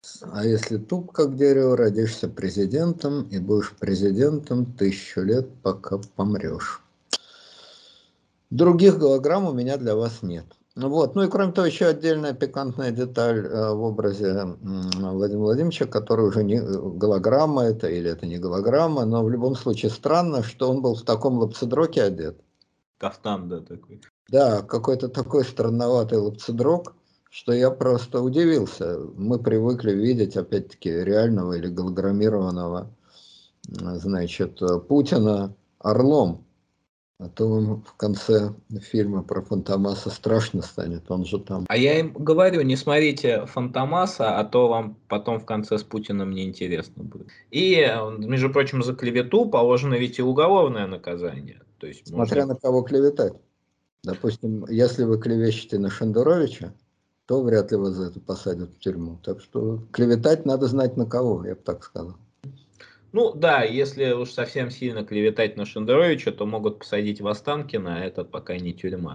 А если туп как дерево, родишься президентом и будешь президентом 1000 лет, пока помрешь. Других голограмм у меня для вас нет. Вот. Ну и кроме того, еще отдельная пикантная деталь в образе Владимира Владимировича, который уже не голограмма это или это не голограмма, но в любом случае странно, что он был в таком лапсидроке одет. Кафтан, да, такой. Да, какой-то такой странноватый лапсидрок, что я просто удивился. Мы привыкли видеть, опять-таки, реального или голограммированного, значит, Путина орлом. А то он в конце фильма про Фантомаса страшно станет, он же там. А я им говорю, не смотрите Фантомаса, а то вам потом в конце с Путиным неинтересно будет. И, между прочим, за клевету положено ведь и уголовное наказание. То есть Смотря можно... на кого клеветать. Допустим, если вы клевещете на Шендеровича, то вряд ли вас за это посадят в тюрьму. Так что клеветать надо знать на кого, я бы так сказал. Ну да, если уж совсем сильно клеветать на Шендеровича, то могут посадить в Останкино, а это пока не тюрьма.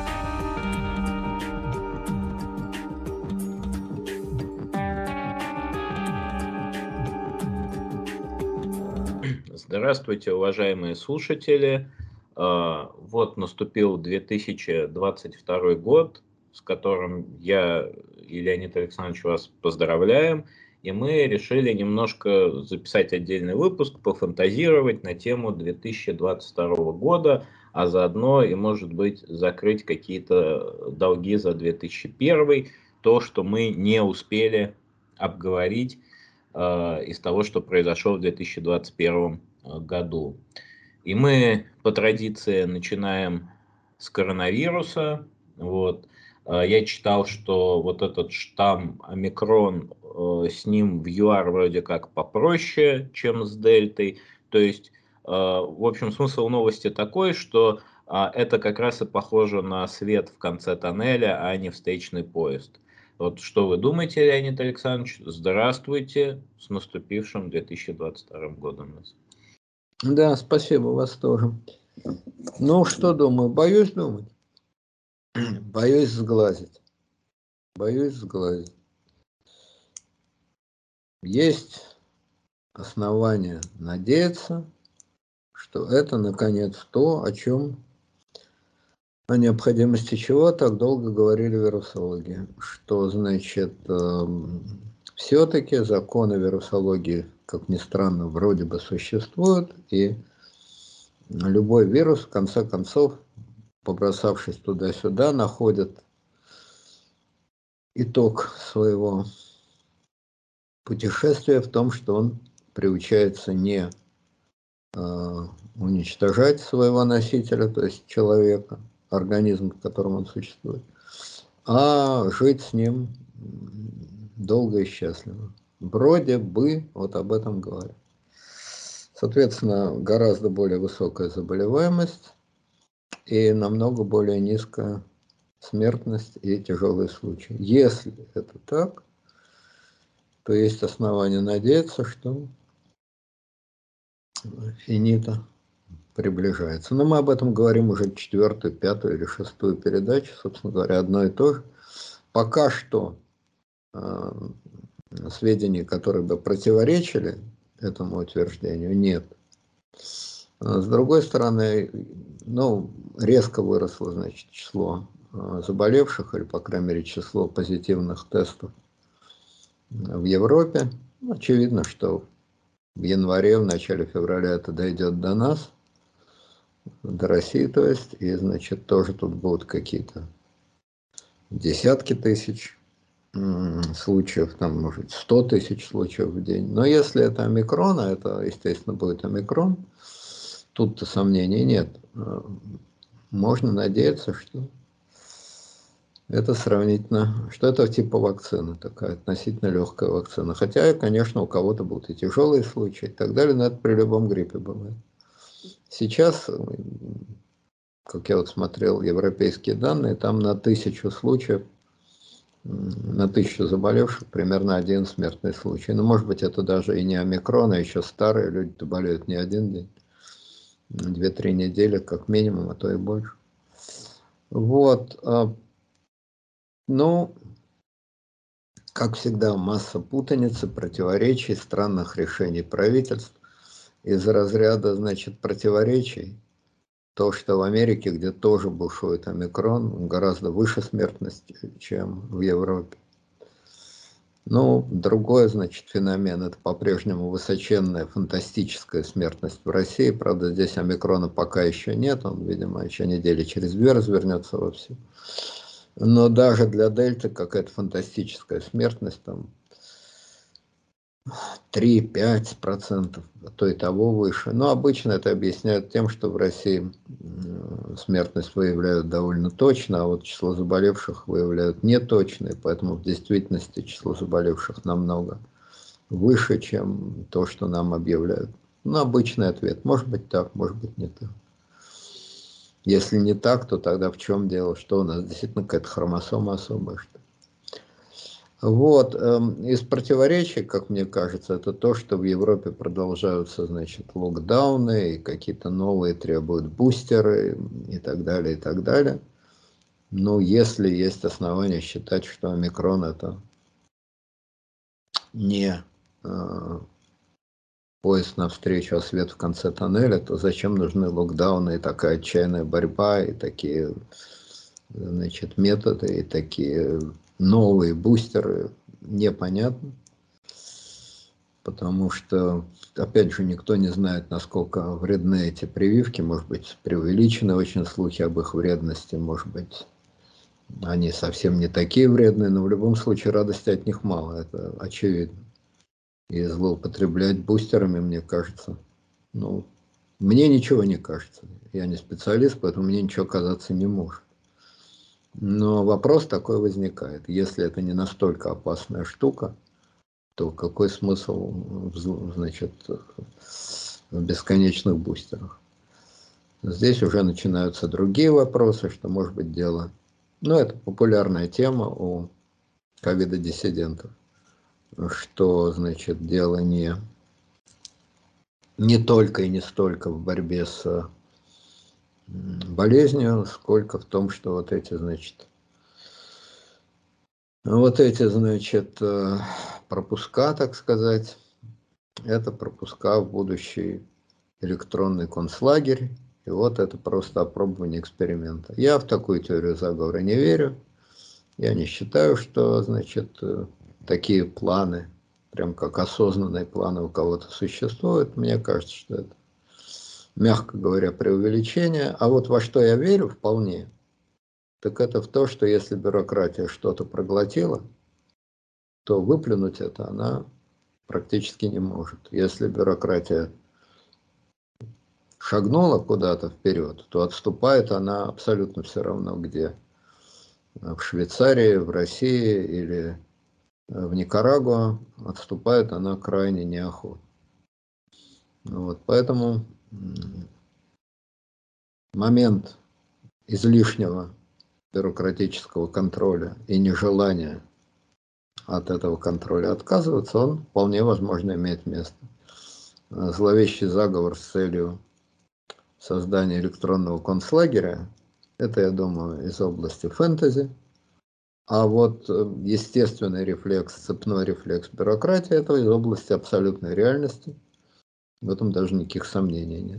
Здравствуйте, уважаемые слушатели. Вот наступил 2022 год, с которым я и Леонид Александрович вас поздравляем. И мы решили немножко записать отдельный выпуск, пофантазировать на тему 2022 года, а заодно и, может быть, закрыть какие-то долги за 2001, то, что мы не успели обговорить из того, что произошло в 2021 году. И мы по традиции начинаем с коронавируса. Вот. Я читал, что вот этот штамм омикрон, с ним в ЮАР вроде как попроще, чем с дельтой. То есть, в общем, смысл новости такой, что это как раз и похоже на свет в конце тоннеля, а не встречный поезд. Вот что вы думаете, Леонид Александрович? Здравствуйте, с наступившим 2022 годом. Да, спасибо, вас тоже. Ну, что думаю? Боюсь думать. Боюсь сглазить. Боюсь сглазить. Есть основания надеяться, что это, наконец, то, о чем, о необходимости чего так долго говорили вирусологи. Что, значит, все-таки законы вирусологии, как ни странно, вроде бы существуют, и любой вирус, в конце концов, побросавшись туда-сюда, находит итог своего путешествия в том, что он приучается не уничтожать своего носителя, то есть человека, организм, в котором он существует, а жить с ним долго и счастливо. Вроде бы вот об этом говорят. Соответственно, гораздо более высокая заболеваемость и намного более низкая смертность и тяжелые случаи. Если это так, то есть основания надеяться, что финита приближается. Но мы об этом говорим уже 4-ю, 5-ю или 6-ю передачу, собственно говоря, одно и то же. Пока что сведений, которые бы противоречили этому утверждению, нет. С другой стороны, ну, резко выросло, значит, число заболевших, или, по крайней мере, число позитивных тестов в Европе. Очевидно, что в январе, в начале февраля это дойдет до нас, до России, то есть, и, значит, тоже тут будут какие-то десятки тысяч случаев, там, может, 100 тысяч случаев в день. Но если это омикрон, а это, естественно, будет омикрон, тут-то сомнений нет. Можно надеяться, что это сравнительно, что это типа вакцины, такая относительно легкая вакцина. Хотя, конечно, у кого-то будут и тяжелые случаи и так далее, но это при любом гриппе бывает. Сейчас, как я вот смотрел европейские данные, там на 1000 случаев, на 1000 заболевших примерно 1 смертный случай. Ну, может быть, это даже и не омикрон, а еще старые люди-то болеют не один день, 2-3 недели как минимум, а то и больше. Вот. Ну, Как всегда, масса путаницы, противоречий, странных решений правительств. Из разряда, значит, противоречий, то, что в Америке, где тоже бушует омикрон, гораздо выше смертность, чем в Европе. Ну, другой, значит, феномен – это по-прежнему высоченная фантастическая смертность в России. Правда, здесь омикрона пока еще нет, он, видимо, еще недели через две развернется вовсю. Но даже для дельты какая-то фантастическая смертность, там 3-5%, а то и того выше. Но обычно это объясняют тем, что в России смертность выявляют довольно точно, а вот число заболевших выявляют не точно, и поэтому в действительности число заболевших намного выше, чем то, что нам объявляют. Ну, обычный ответ. Может быть так, может быть не так. Если не так, то тогда в чем дело? Что у нас действительно какая-то хромосома особая, что ли? Вот, из противоречий, как мне кажется, это то, что в Европе продолжаются, значит, локдауны, и какие-то новые требуют бустеры и так далее, и так далее. Ну, если есть основания считать, что омикрон это не поезд навстречу, а свет в конце тоннеля, то зачем нужны локдауны и такая отчаянная борьба, и такие, значит, методы, и такие новые бустеры, непонятно. Потому что, опять же, никто не знает, насколько вредны эти прививки. Может быть, преувеличены очень слухи об их вредности, может быть, они совсем не такие вредные, но в любом случае радости от них мало, это очевидно. И злоупотреблять бустерами, мне кажется, ну, мне ничего не кажется. Я не специалист, поэтому мне ничего казаться не может. Но вопрос такой возникает. Если это не настолько опасная штука, то какой смысл, значит, в бесконечных бустерах? Здесь уже начинаются другие вопросы, что может быть дело. Но это популярная тема у ковида-диссидентов, что, значит, дело не только и не столько в борьбе с болезнью, сколько в том, что вот эти, значит, пропуска, так сказать, это пропуска в будущий электронный концлагерь, и вот это просто опробование эксперимента. Я в такую теорию заговора не верю. Я не считаю, что, значит, такие планы, прям как осознанные планы у кого-то существуют. Мне кажется, что это, мягко говоря, преувеличение. А вот во что я верю вполне, так это в то, что если бюрократия что-то проглотила, то выплюнуть это она практически не может. Если бюрократия шагнула куда-то вперед, то отступает она абсолютно все равно где. В Швейцарии, в России или в Никарагуа, отступает она крайне неохотно. Вот, поэтому момент излишнего бюрократического контроля и нежелания от этого контроля отказываться, он вполне возможно имеет место. Зловещий заговор с целью создания электронного концлагеря, это, я думаю, из области фэнтези. А вот естественный рефлекс, цепной рефлекс бюрократии, это из области абсолютной реальности. В этом даже никаких сомнений нет.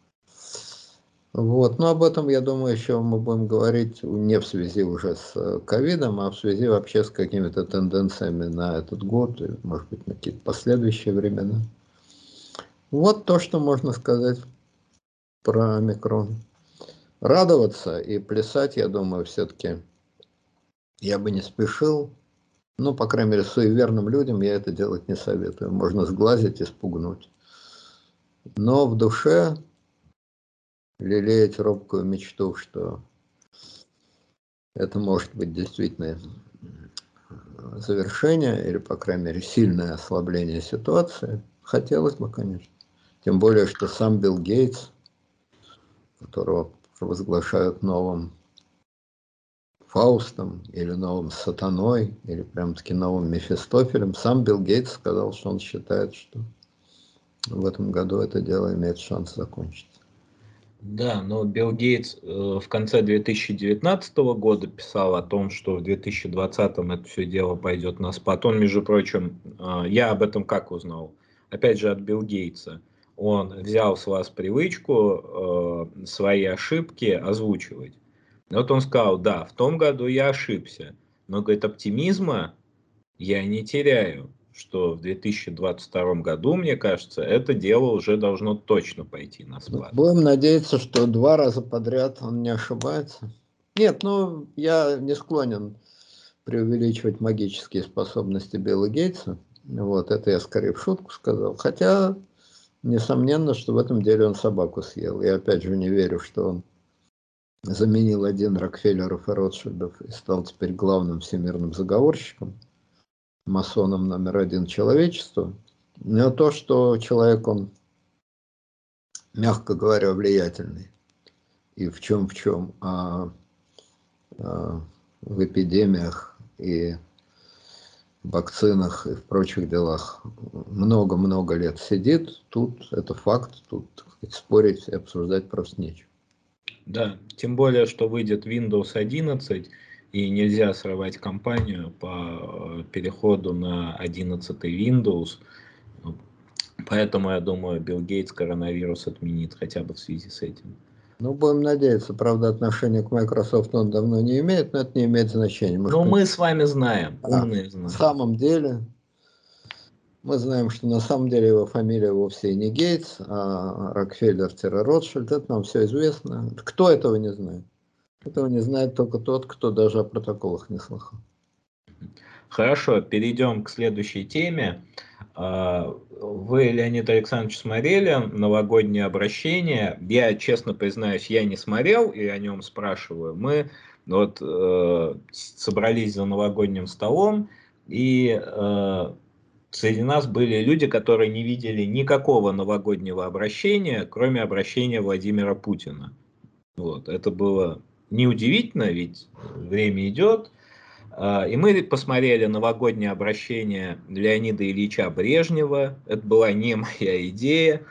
Вот. Но об этом, я думаю, еще мы будем говорить не в связи уже с ковидом, а в связи вообще с какими-то тенденциями на этот год, и, может быть, на какие-то последующие времена. Вот то, что можно сказать про омикрон. Радоваться и плясать, я думаю, все-таки я бы не спешил. Ну, по крайней мере, суеверным людям я это делать не советую. Можно сглазить и спугнуть. Но в душе лелеять робкую мечту, что это может быть действительно завершение или, по крайней мере, сильное ослабление ситуации, хотелось бы, конечно. Тем более, что сам Билл Гейтс, которого провозглашают новым Фаустом или новым Сатаной, или прям-таки новым Мефистофелем, сам Билл Гейтс сказал, что он считает, что в этом году это дело имеет шанс закончиться. Да, но Билл Гейтс в конце 2019 года писал о том, что в 2020 это все дело пойдет на спад. Он, между прочим, я об этом как узнал? Опять же, от Билл Гейтса. Он взял с вас привычку свои ошибки озвучивать. И вот он сказал, да, в том году я ошибся, но, говорит, оптимизма я не теряю, что в 2022 году, мне кажется, это дело уже должно точно пойти на Ну, спад. будем надеяться, что 2 раза подряд он не ошибается. Нет, ну, я не склонен преувеличивать магические способности Билла Гейтса. Вот, это я скорее в шутку сказал. Хотя, несомненно, что в этом деле он собаку съел. Я опять же не верю, что он заменил один Рокфеллеров и Ротшильдов и стал теперь главным всемирным заговорщиком, масоном №1 человечества. Но то, что человек, он, мягко говоря, влиятельный, и в чем, в эпидемиях и вакцинах и в прочих делах много-много лет сидит, тут это факт, тут, так сказать, спорить и обсуждать просто нечего. Да, тем более, что выйдет Windows 11, и нельзя срывать кампанию по переходу на 11 Windows. Поэтому, я думаю, Билл Гейтс коронавирус отменит хотя бы в связи с этим. Ну, будем надеяться. Правда, отношение к Microsoft он давно не имеет, но это не имеет значения. Но мы с вами знаем, умные На знают. самом деле, мы знаем, что на самом деле его фамилия вовсе и не Гейтс, а Рокфеллер-Ротшильд. Это нам все известно. Кто этого не знает? Этого не знает только тот, кто даже о протоколах не слыхал. Хорошо, перейдем к следующей теме. Вы, Леонид Александрович, смотрели новогоднее обращение? Я, честно признаюсь, я не смотрел и о нем спрашиваю. Мы вот собрались за новогодним столом, и среди нас были люди, которые не видели никакого новогоднего обращения, кроме обращения Владимира Путина. Вот. Это было неудивительно, ведь время идет. И мы посмотрели новогоднее обращение Леонида Ильича Брежнева. Это была не моя идея.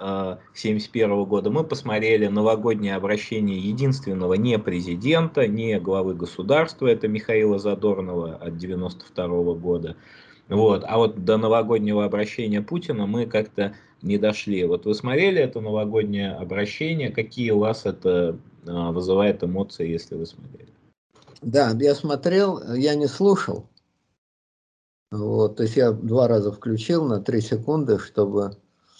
1971 года мы посмотрели новогоднее обращение единственного не президента, не главы государства, это Михаила Задорнова от 1992 года. Вот. А вот до новогоднего обращения Путина мы как-то не дошли. Вот вы смотрели это новогоднее обращение? Какие у вас это вызывает эмоции, если вы смотрели? Да, я смотрел, я не слушал. Вот, то есть я 2 раза включил на 3 секунды, чтобы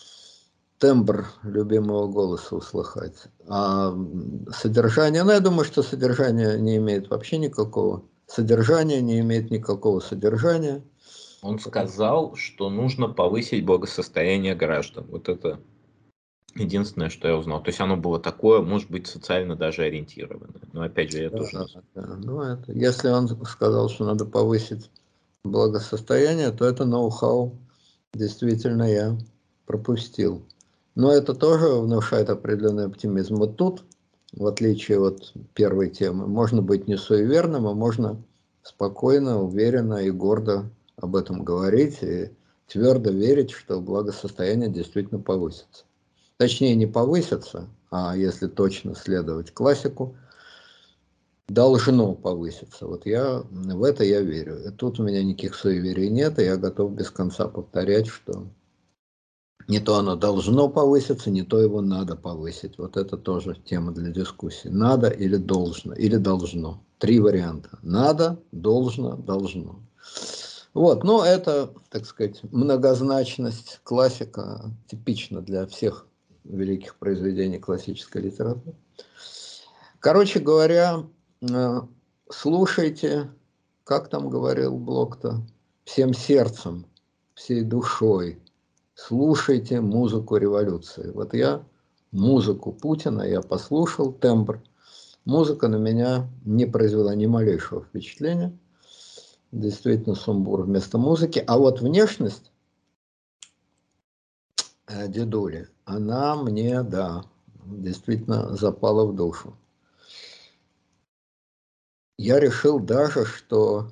тембр любимого голоса услыхать. А содержание, ну, я думаю, что содержание не имеет вообще никакого. Содержание не имеет никакого содержания. Он сказал, что нужно повысить благосостояние граждан. Вот это единственное, что я узнал. То есть оно было такое, может быть, социально даже ориентированное. Но опять же, я Да, тоже не знаю. да. Ну, это, если он сказал, что надо повысить благосостояние, то это ноу-хау действительно я пропустил. Но это тоже внушает определенный оптимизм. Вот тут, в отличие от первой темы, можно быть не суеверным, а можно спокойно, уверенно и гордо об этом говорить и твердо верить, что благосостояние действительно повысится. Точнее, не повысится, а если точно следовать классику, должно повыситься. Вот в это я верю. И тут у меня никаких суеверий нет, и я готов без конца повторять, что не то оно должно повыситься, не то его надо повысить. Вот это тоже тема для дискуссии. Надо или должно, или должно. 3 варианта. Надо, должно, должно. Вот, но это, так сказать, многозначность, классика, типична для всех великих произведений классической литературы. Короче говоря, слушайте, как там говорил Блок-то, всем сердцем, всей душой, слушайте музыку революции. Вот я музыку Путина, я послушал, тембр. Музыка на меня не произвела ни малейшего впечатления. Действительно сумбур вместо музыки. А вот внешность дедули, она мне, да, действительно запала в душу. Я решил даже, что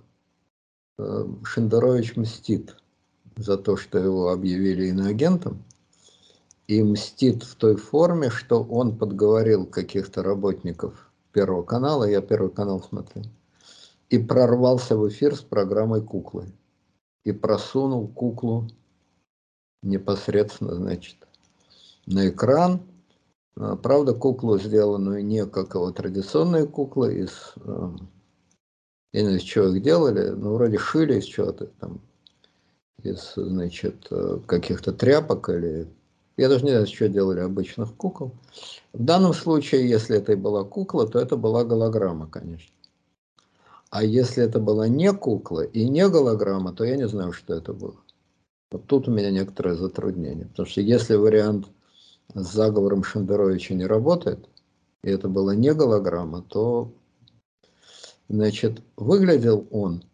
Шендерович мстит за то, что его объявили иноагентом. и мстит в той форме, что он подговорил каких-то работников Первого канала, я Первый канал смотрел, и прорвался в эфир с программой «Куклы». И просунул куклу непосредственно, значит, на экран. Правда, куклу, сделанную не как его традиционные куклы, из, я не знаю, из чего их делали, но вроде шили из чего-то там, из, значит, каких-то тряпок или... Я даже не знаю, из чего делали обычных кукол. В данном случае, если это и была кукла, то это была голограмма, конечно. А если это была не кукла и не голограмма, то я не знаю, что это было. Вот тут у меня некоторые затруднения. Потому что если вариант с заговором Шендеровича не работает, и это была не голограмма, то, значит, выглядел он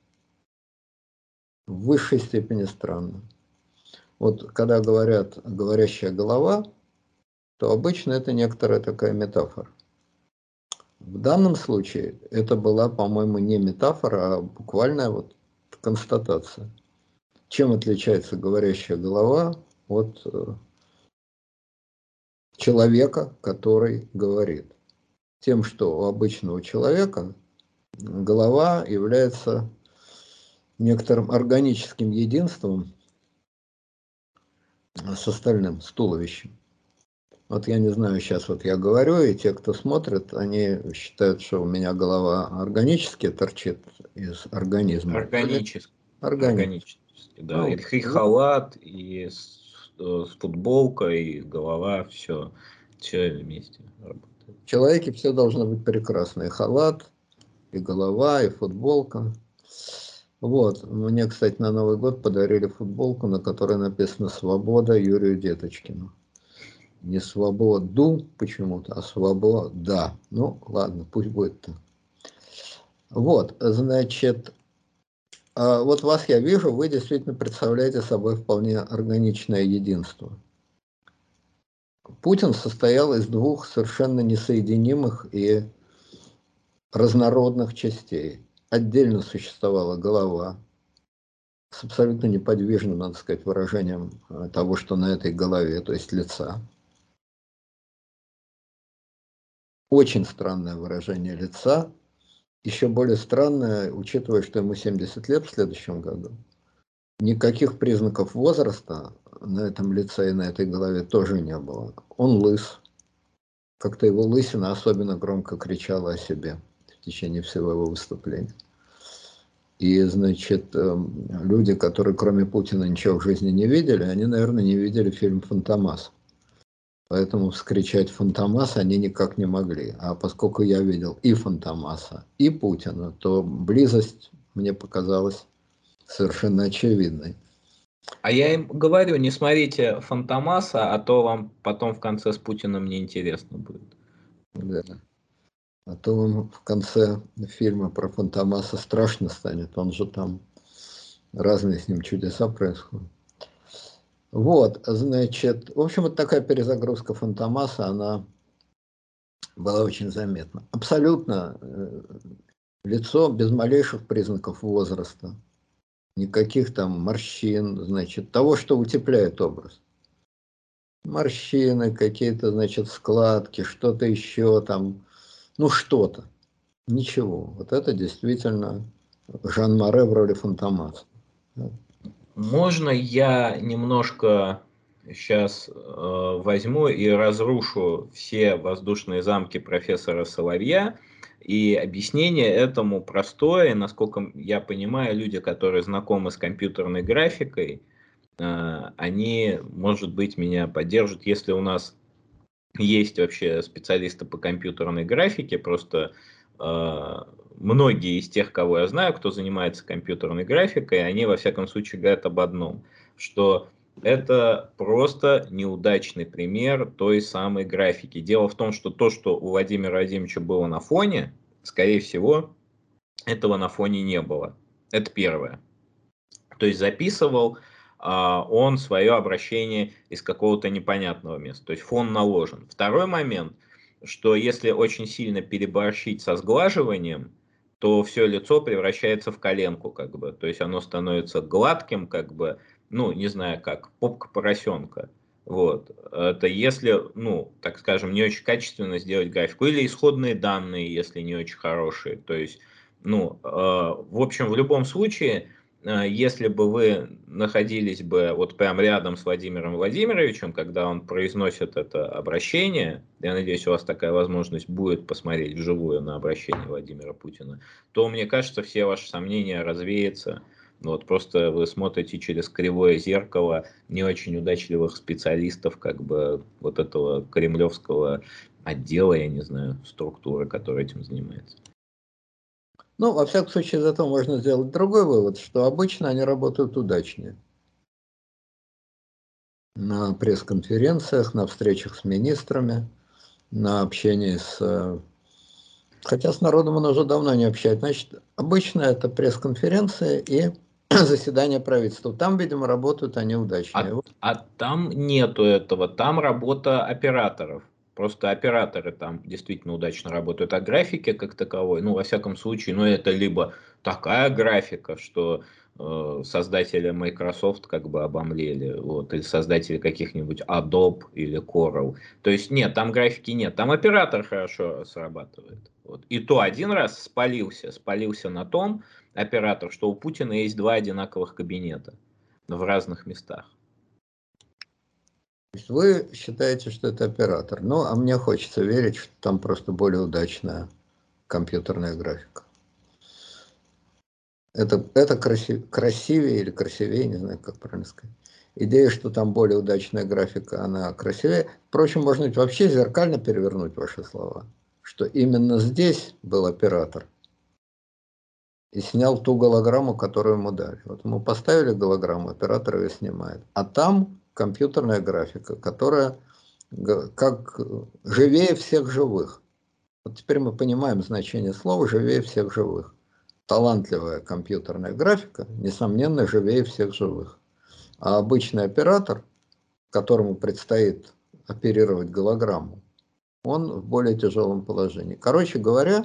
в высшей степени странно. Вот когда говорят «говорящая голова», то обычно это некоторая такая метафора. В данном случае это была, по-моему, не метафора, а буквальная вот констатация. Чем отличается говорящая голова от человека, который говорит? Тем, что у обычного человека голова является некоторым органическим единством с остальным, с туловищем. Вот я не знаю, сейчас вот я говорю, и те, кто смотрит, они считают, что у меня голова органически торчит из организма. Органически. Органически. Органически, да. Ну, И халат, и с футболкой, и голова, все вместе работает. в человеке все должно быть прекрасно. И халат, и голова, и футболка. Вот. Мне, кстати, на Новый год подарили футболку, на которой написано «Свобода» Юрию Деточкину. Не «Свободу» почему-то, а «Свобода». Ну, ладно, пусть будет так. Вот, значит, вот вас я вижу, вы действительно представляете собой вполне органичное единство. Путин состоял из двух совершенно несоединимых и разнородных частей. Отдельно существовала голова с абсолютно неподвижным, надо сказать, выражением того, что на этой голове, то есть лица. Очень странное выражение лица, еще более странное, учитывая, что ему 70 лет в следующем году. Никаких признаков возраста на этом лице и на этой голове тоже не было. Он лыс. Как-то его лысина особенно громко кричала о себе в течение всего его выступления. И, значит, люди, которые кроме Путина ничего в жизни не видели, они, наверное, не видели фильм «Фантомас». Поэтому вскричать «Фантомас» они никак не могли. А поскольку я видел и Фантомаса, и Путина, то близость мне показалась совершенно очевидной. А я им говорю, не смотрите Фантомаса, а то вам потом в конце с Путиным неинтересно будет. Да. А то вам в конце фильма про Фантомаса страшно станет. Он же там, разные с ним чудеса происходят. Вот, значит, в общем, вот такая перезагрузка Фантомаса, она была очень заметна. Абсолютно лицо без малейших признаков возраста. Никаких там морщин, значит, того, что утепляет образ. Морщины, какие-то, значит, складки, что-то еще там, ну что-то. Ничего. Вот это действительно Жан Море в роли Фантомаса. Можно я немножко сейчас возьму и разрушу все воздушные замки профессора Соловья, и объяснение этому простое, насколько я понимаю, люди, которые знакомы с компьютерной графикой, они, может быть, меня поддержат, если у нас есть вообще специалисты по компьютерной графике, просто многие из тех, кого я знаю, кто занимается компьютерной графикой, они во всяком случае говорят об одном, что это просто неудачный пример той самой графики. Дело в том, что то, что у Владимира Владимировича было на фоне, скорее всего, этого на фоне не было. Это первое. То есть записывал он свое обращение из какого-то непонятного места. То есть фон наложен. Второй момент, что если очень сильно переборщить со сглаживанием, то все лицо превращается в коленку, как бы. То есть оно становится гладким, как бы, ну, не знаю как, попка поросенка. Вот. Это если, ну, так скажем, не очень качественно сделать графику, или исходные данные, если не очень хорошие. То есть, ну, в общем, в любом случае, если бы вы находились бы вот прям рядом с Владимиром Владимировичем, когда он произносит это обращение, я надеюсь, у вас такая возможность будет посмотреть вживую на обращение Владимира Путина, то, мне кажется, все ваши сомнения развеются. Вот просто вы смотрите через кривое зеркало не очень удачливых специалистов, как бы вот этого кремлевского отдела, я не знаю, структуры, которая этим занимается. Ну, во всяком случае, из этого можно сделать другой вывод, что обычно они работают удачнее. На пресс-конференциях, на встречах с министрами, на общении с... Хотя с народом он уже давно не общается. Значит, обычно это пресс-конференции и заседания правительства. Там, видимо, работают они удачнее. А там нету этого, там работа операторов. Просто операторы там действительно удачно работают. А графики как таковой, ну, во всяком случае, ну, это либо такая графика, что создатели Microsoft как бы обомлели, вот, или создатели каких-нибудь Adobe или Corel. То есть нет, там графики нет, там оператор хорошо срабатывает. Вот. И то один раз спалился на том оператор, что у Путина есть два одинаковых кабинета в разных местах. Вы считаете, что это оператор. Ну, а мне хочется верить, что там просто более удачная компьютерная графика. Это красивее или красивее, не знаю, как правильно сказать. Идея, что там более удачная графика, она красивее. Впрочем, можно ведь вообще зеркально перевернуть ваши слова, что именно здесь был оператор и снял ту голограмму, которую ему дали. Вот ему поставили голограмму, оператор ее снимает. А там компьютерная графика, которая как живее всех живых. Вот теперь мы понимаем значение слова «живее всех живых». Талантливая компьютерная графика, несомненно, живее всех живых. А обычный оператор, которому предстоит оперировать голограмму, он в более тяжелом положении. Короче говоря,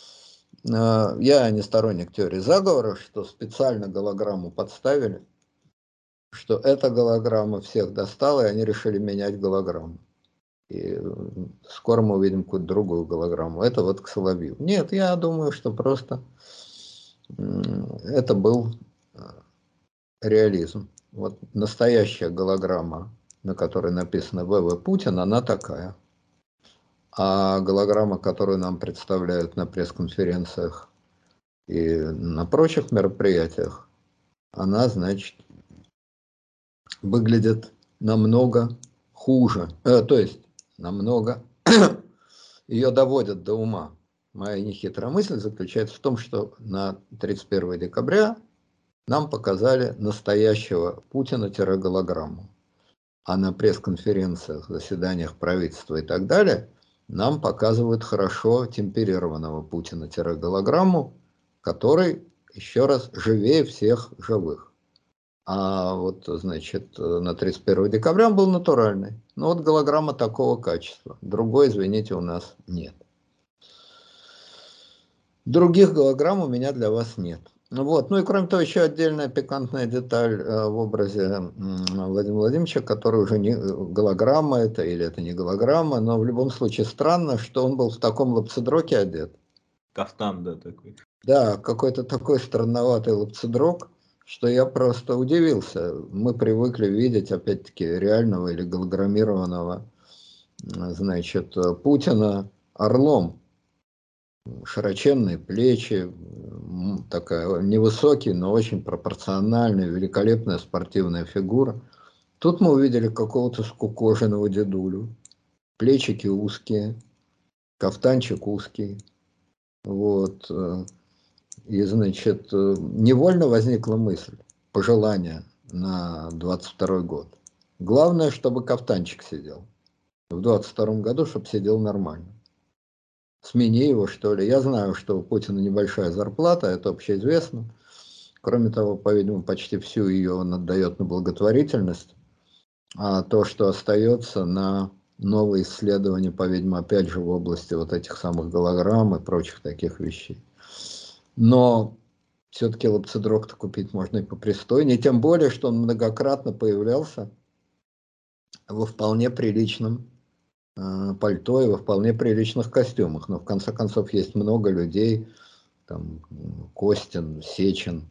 я не сторонник теории заговора, что специально голограмму подставили, что эта голограмма всех достала, и они решили менять голограмму. И скоро мы увидим какую-то другую голограмму. Это вот к Соловью. Нет, я думаю, что просто это был реализм. Вот настоящая голограмма, на которой написано ВВ Путин, она такая. А голограмма, которую нам представляют на пресс-конференциях и на прочих мероприятиях, она, значит, выглядит намного хуже. То есть, намного ее доводят до ума. Моя нехитрая мысль заключается в том, что на 31 декабря нам показали настоящего Путина-голограмму. А на пресс-конференциях, заседаниях правительства и так далее нам показывают хорошо темперированного Путина-голограмму, который, еще раз, живее всех живых. А вот, значит, на 31 декабря он был натуральный. Ну вот голограмма такого качества. Другой, извините, у нас нет. Других голограмм у меня для вас нет. Вот. Ну и кроме того, еще отдельная пикантная деталь в образе Владимира Владимировича, который уже не голограмма это или это не голограмма, но в любом случае странно, что он был в таком лапцедроке одет. Кафтан, да, такой. Да, какой-то такой странноватый лапцедрок, что я просто удивился. Мы привыкли видеть, опять-таки, реального или голограммированного, значит, Путина орлом. Широченные плечи, такая невысокий, но очень пропорциональная, великолепная спортивная фигура. Тут мы увидели какого-то скукоженного дедулю. Плечики узкие, кафтанчик узкий. Вот. И, значит, невольно возникла мысль, пожелание на 22 год. Главное, чтобы кафтанчик сидел. В 22 году, чтобы сидел нормально. Смени его, что ли. Я знаю, что у Путина небольшая зарплата, это общеизвестно. Кроме того, по-видимому, почти всю ее он отдает на благотворительность. А то, что остается на новые исследования, по-видимому, опять же в области вот этих самых голограмм и прочих таких вещей. Но все-таки лапцедрок-то купить можно и попристойнее. Тем более, что он многократно появлялся во вполне приличном пальто и во вполне приличных костюмах. Но в конце концов есть много людей, там Костин, Сечин,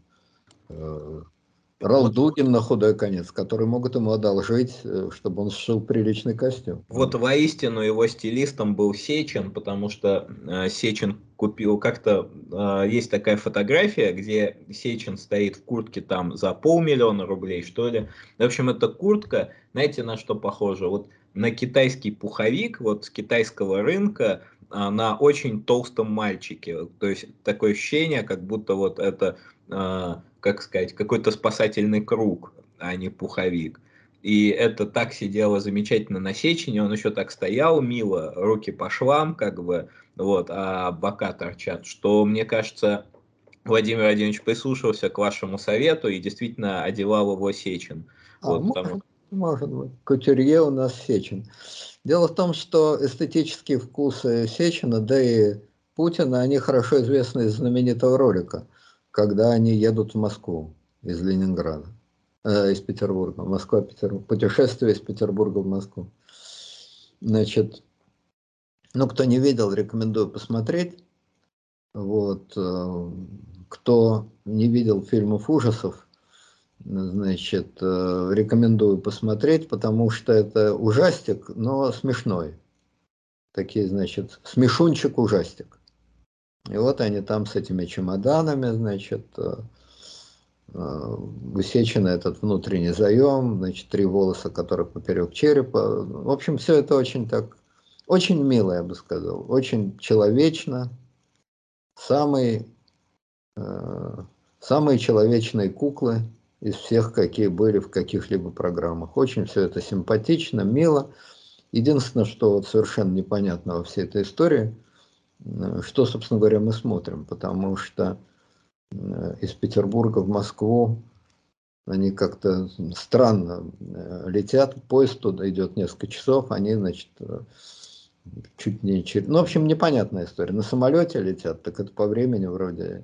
Ралдугин на худой конец, которые могут ему одолжить, чтобы он сшил приличный костюм. Вот воистину его стилистом был Сечин, потому что Сечин купил как-то, есть такая фотография, где Сечин стоит в куртке там за 500 000 рублей, что ли. В общем, эта куртка, знаете, на что похожа? Вот на китайский пуховик, вот с китайского рынка, на очень толстом мальчике. То есть такое ощущение, как будто вот это, как сказать, какой-то спасательный круг, а не пуховик. И это так сидело замечательно на Сечине, он еще так стоял мило, руки по швам, как бы, вот, а бока торчат, что, мне кажется, Владимир Владимирович прислушался к вашему совету и действительно одевал его Сечин. Вот, может быть. Кутюрье у нас Сечин. Дело в том, что эстетические вкусы Сечина, да и Путина, они хорошо известны из знаменитого ролика, когда они едут в Москву из Ленинграда, из Петербурга, Москва-Петербург, путешествие из Петербурга в Москву. Значит, ну, кто не видел, рекомендую посмотреть. Вот, кто не видел фильмов ужасов, значит, рекомендую посмотреть, потому что это ужастик, но смешной. Такие, значит, смешунчик-ужастик. И вот они там с этими чемоданами, значит, высечен этот внутренний заем, значит, 3 волоса, которые поперек черепа. В общем, все это очень так, очень мило, я бы сказал, очень человечно. Самые человечные куклы из всех, какие были в каких-либо программах. Очень все это симпатично, мило. Единственное, что вот совершенно непонятно во всей этой истории, что, собственно говоря, мы смотрим, потому что из Петербурга в Москву они как-то странно летят, поезд туда идет несколько часов, они, значит, чуть не... Ну, в общем, непонятная история. На самолете летят, так это по времени вроде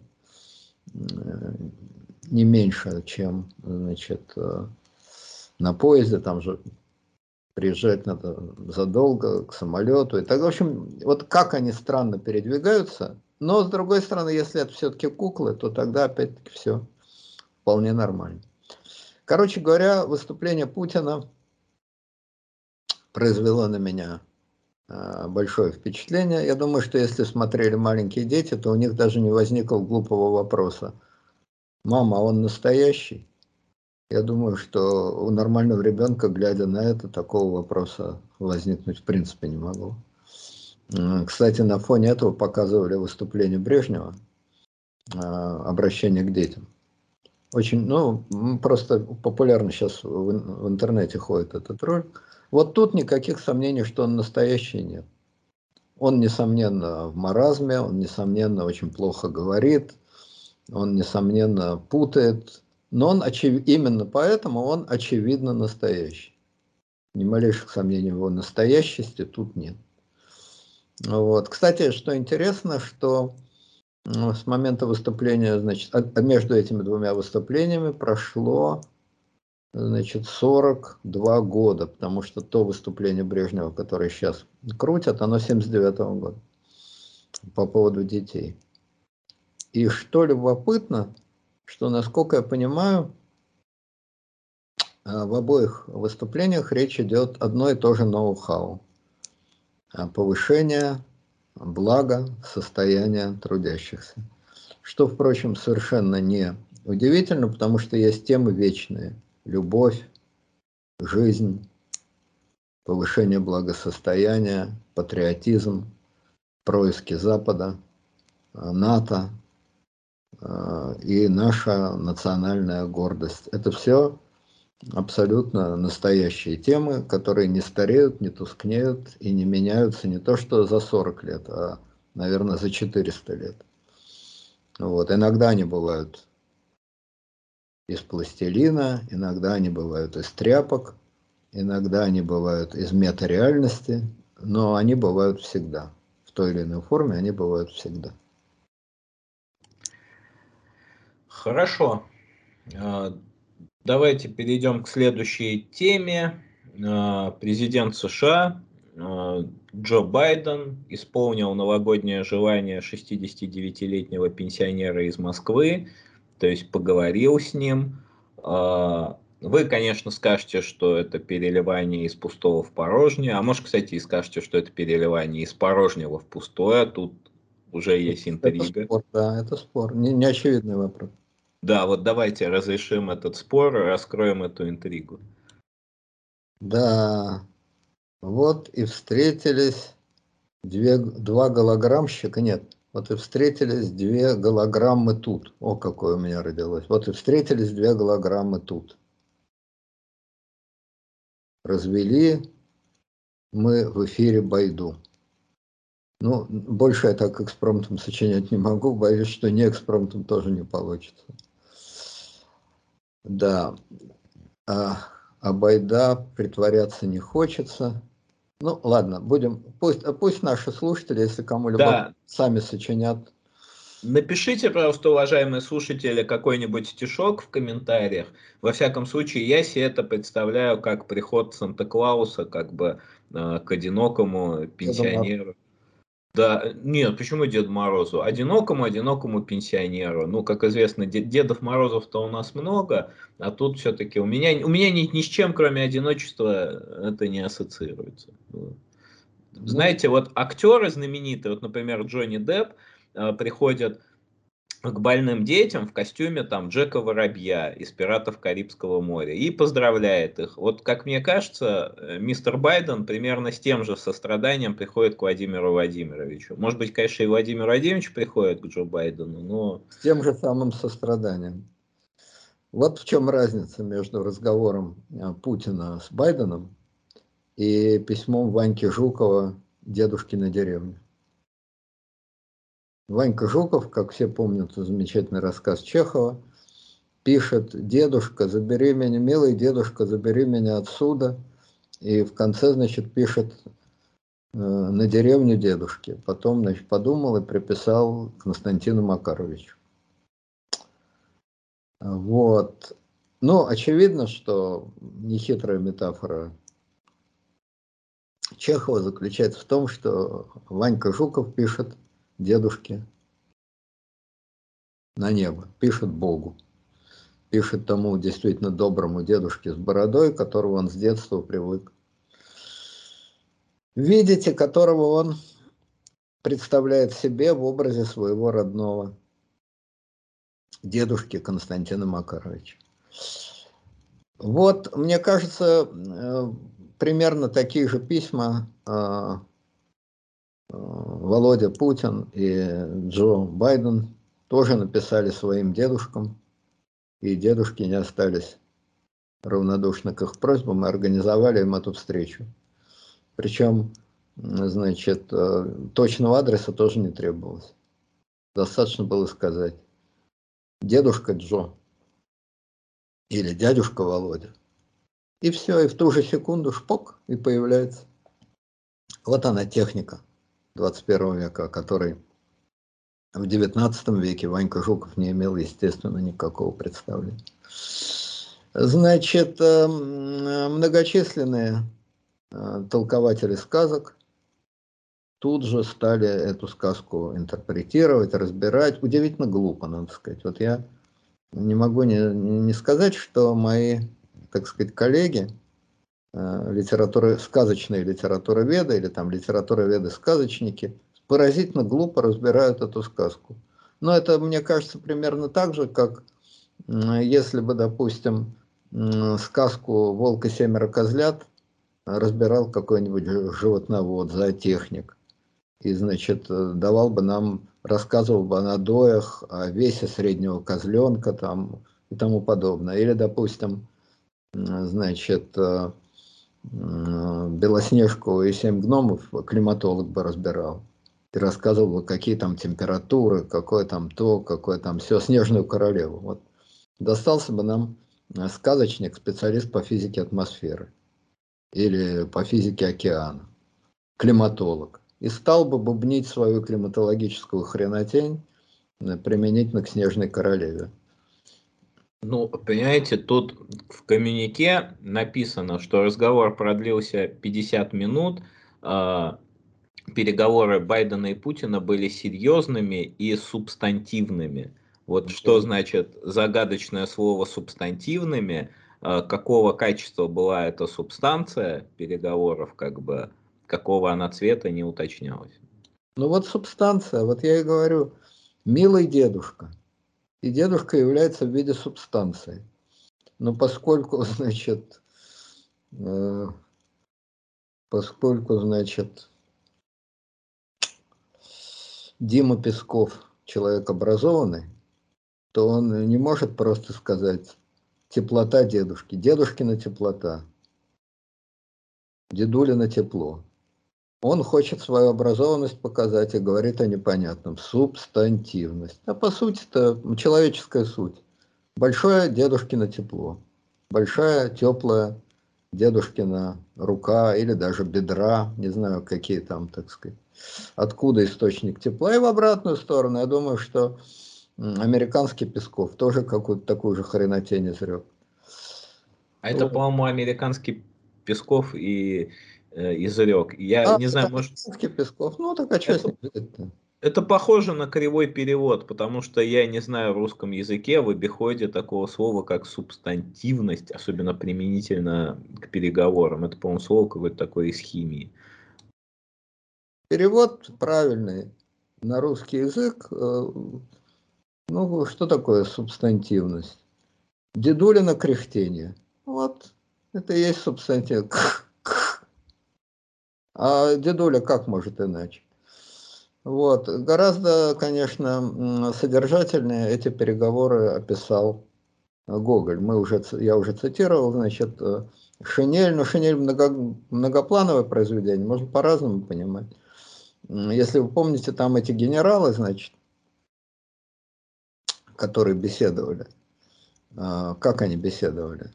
не меньше, чем, значит, на поезде, там же приезжать надо задолго к самолету. И так, в общем, вот как они странно передвигаются, но с другой стороны, если это все-таки куклы, то тогда опять-таки все вполне нормально. Короче говоря, выступление Путина произвело на меня большое впечатление. Я думаю, что если смотрели маленькие дети, то у них даже не возникло глупого вопроса: мама, а он настоящий? Я думаю, что у нормального ребенка, глядя на это, такого вопроса возникнуть в принципе не могло. Кстати, на фоне этого показывали выступление Брежнева, обращение к детям. Очень, ну, просто популярно сейчас в интернете ходит этот ролик. Вот тут никаких сомнений, что он настоящий, нет. Он, несомненно, в маразме, он, несомненно, очень плохо говорит, он, несомненно, путает, но он именно поэтому он очевидно настоящий. Ни малейших сомнений в его настоящести тут нет. Вот. Кстати, что интересно, что с момента выступления, значит, между этими двумя выступлениями прошло, значит, 42 года, потому что то выступление Брежнева, которое сейчас крутят, оно 79-го года по поводу детей. И что любопытно, что, насколько я понимаю, в обоих выступлениях речь идет одно и то же ноу-хау. Повышение блага состояния трудящихся. Что, впрочем, совершенно не удивительно, потому что есть темы вечные. Любовь, жизнь, повышение благосостояния, патриотизм, происки Запада, НАТО и наша национальная гордость. Это все абсолютно настоящие темы, которые не стареют, не тускнеют и не меняются не то что за 40 лет, а, наверное, за 400 лет. Вот. Иногда они бывают из пластилина, иногда они бывают из тряпок, иногда они бывают из метареальности, но они бывают всегда. В той или иной форме они бывают всегда. Хорошо. Давайте перейдем к следующей теме. президент США Джо Байден исполнил новогоднее желание 69-летнего пенсионера из Москвы, то есть поговорил с ним. Вы, конечно, скажете, что это переливание из пустого в порожнее, а может, кстати, и скажете, что это переливание из порожнего в пустое, тут уже есть интрига. Это спор, да, это спор, не очевидный вопрос. Да, вот давайте разрешим этот спор, раскроем эту интригу. Да, вот и встретились два голограммщика, нет, вот и встретились две голограммы тут. О, какое у меня родилось. Вот и встретились две голограммы тут. Развели мы в эфире Байду. Ну, больше я так экспромтом сочинять не могу, боюсь, что не экспромтом тоже не получится. Да, а Байда притворяться не хочется. Ну, ладно, пусть наши слушатели, если кому-либо Да, сами сочинят. напишите, пожалуйста, уважаемые слушатели, какой-нибудь стишок в комментариях. Во всяком случае, я себе это представляю как приход Санта-Клауса, как бы к одинокому пенсионеру. Да, нет, почему Деду Морозу? Одинокому пенсионеру. Ну, как известно, Дедов Морозов-то у нас много, а тут все-таки у меня ни с чем, кроме одиночества, это не ассоциируется. Знаете, вот актеры знаменитые, вот, например, Джонни Депп, приходят к больным детям в костюме там Джека Воробья из «Пиратов Карибского моря» и поздравляет их. Вот, как мне кажется, мистер Байден примерно с тем же состраданием приходит к Владимиру Владимировичу. Может быть, конечно, и Владимир Владимирович приходит к Джо Байдену, но... С тем же самым состраданием. Вот в чем разница между разговором Путина с Байденом и письмом Ваньки Жукова «Дедушки на деревне». Ванька Жуков, как все помнят, замечательный рассказ Чехова, пишет: «Дедушка, забери меня, милый дедушка, забери меня отсюда». И в конце, значит, пишет на деревню дедушки. Потом, значит, подумал и приписал Константину Макаровичу. Вот. Ну, очевидно, что нехитрая метафора Чехова заключается в том, что Ванька Жуков пишет дедушке на небо, пишет Богу, пишет тому действительно доброму дедушке с бородой, которого он с детства привык видеть, и которого он представляет себе в образе своего родного дедушки Константина Макаровича. Вот, мне кажется, примерно такие же письма Володя Путин и Джо Байден тоже написали своим дедушкам, и дедушки не остались равнодушны к их просьбам и организовали им эту встречу. Причем, значит, точного адреса тоже не требовалось. Достаточно было сказать: дедушка Джо или дядюшка Володя. И все, и в ту же секунду шпок, и появляется. Вот она техника 21 века, о которой в 19 веке Ванька Жуков не имел, естественно, никакого представления. Значит, многочисленные толкователи сказок тут же стали эту сказку интерпретировать, разбирать. Удивительно глупо, надо сказать. Вот я не могу не сказать, что мои, так сказать, коллеги, сказочные литературоведы или там литературоведы-сказочники, поразительно глупо разбирают эту сказку. Но это, мне кажется, примерно так же, как если бы, допустим, сказку «Волк и семеро козлят» разбирал какой-нибудь животновод, зоотехник. И, значит, рассказывал бы о надоях, о весе среднего козленка там, и тому подобное. Или, допустим, значит, Белоснежку и 7 гномов климатолог бы разбирал. И рассказывал бы, какие там температуры, какое там то, какое там все, Снежную королеву. Вот. Достался бы нам сказочник, специалист по физике атмосферы или по физике океана, климатолог. И стал бы бубнить свою климатологическую хренотень применительно к Снежной королеве. Ну, понимаете, тут в коммюнике написано, что разговор продлился 50 минут, переговоры Байдена и Путина были серьезными и субстантивными. Вот что значит загадочное слово субстантивными, какого качества была эта субстанция переговоров, как бы, какого она цвета, не уточнялось. Ну вот субстанция, вот я и говорю, милый дедушка. И дедушка является в виде субстанции. Но поскольку, значит, Дима Песков человек образованный, то он не может просто сказать теплота дедушки. Дедушкина теплота, дедулина тепло. Он хочет свою образованность показать и говорит о непонятном. Субстантивность. А по сути это человеческая суть. Большое дедушкино тепло. Большая теплая дедушкина рука или даже бедра. Не знаю, какие там, так сказать. Откуда источник тепла. И в обратную сторону. Я думаю, что американский Песков тоже какую-то такую же хренотень изрек. А это, Вот. по-моему, американский Песков и изрек. Я не Это знаю, может, американский Песков. Ну, так а что с это ним делать-то? Это похоже на кривой перевод, потому что я не знаю в русском языке в обиходе такого слова, как субстантивность, особенно применительно к переговорам. Это, по-моему, слово какое-то такое из химии. Перевод правильный на русский язык. Ну, что такое субстантивность? Дедулина кряхтение. Вот, это и есть субстантив. А дедуля как может иначе? Вот, гораздо, конечно, содержательнее эти переговоры описал Гоголь. Я уже цитировал, значит, Шинель. Но Шинель многоплановое произведение, можно по-разному понимать. Если вы помните, там эти генералы, значит, которые беседовали, как они беседовали?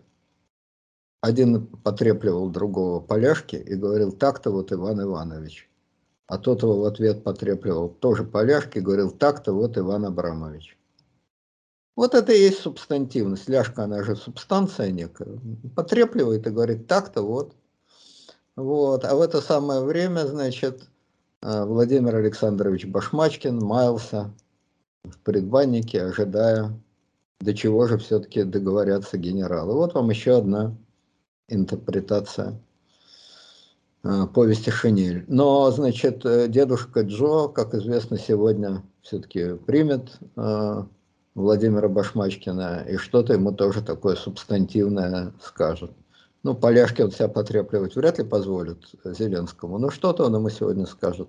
Один потрепливал другого по ляжке и говорил: так-то вот, Иван Иванович. А тот его в ответ потрепливал тоже по ляжке и говорил: так-то вот, Иван Абрамович. Вот это и есть субстантивность. Ляжка, она же субстанция некая. Потрепливает и говорит: так-то вот. Вот. А в это самое время, значит, Владимир Александрович Башмачкин маялся в предбаннике, ожидая, до чего же все-таки договорятся генералы. Вот вам еще одна интерпретация повести «Шинель». Но, значит, дедушка Джо, как известно, сегодня все-таки примет Владимира Башмачкина и что-то ему тоже такое субстантивное скажет. Ну, поляшки вот себя потрепливать вряд ли позволят Зеленскому, но что-то он ему сегодня скажет.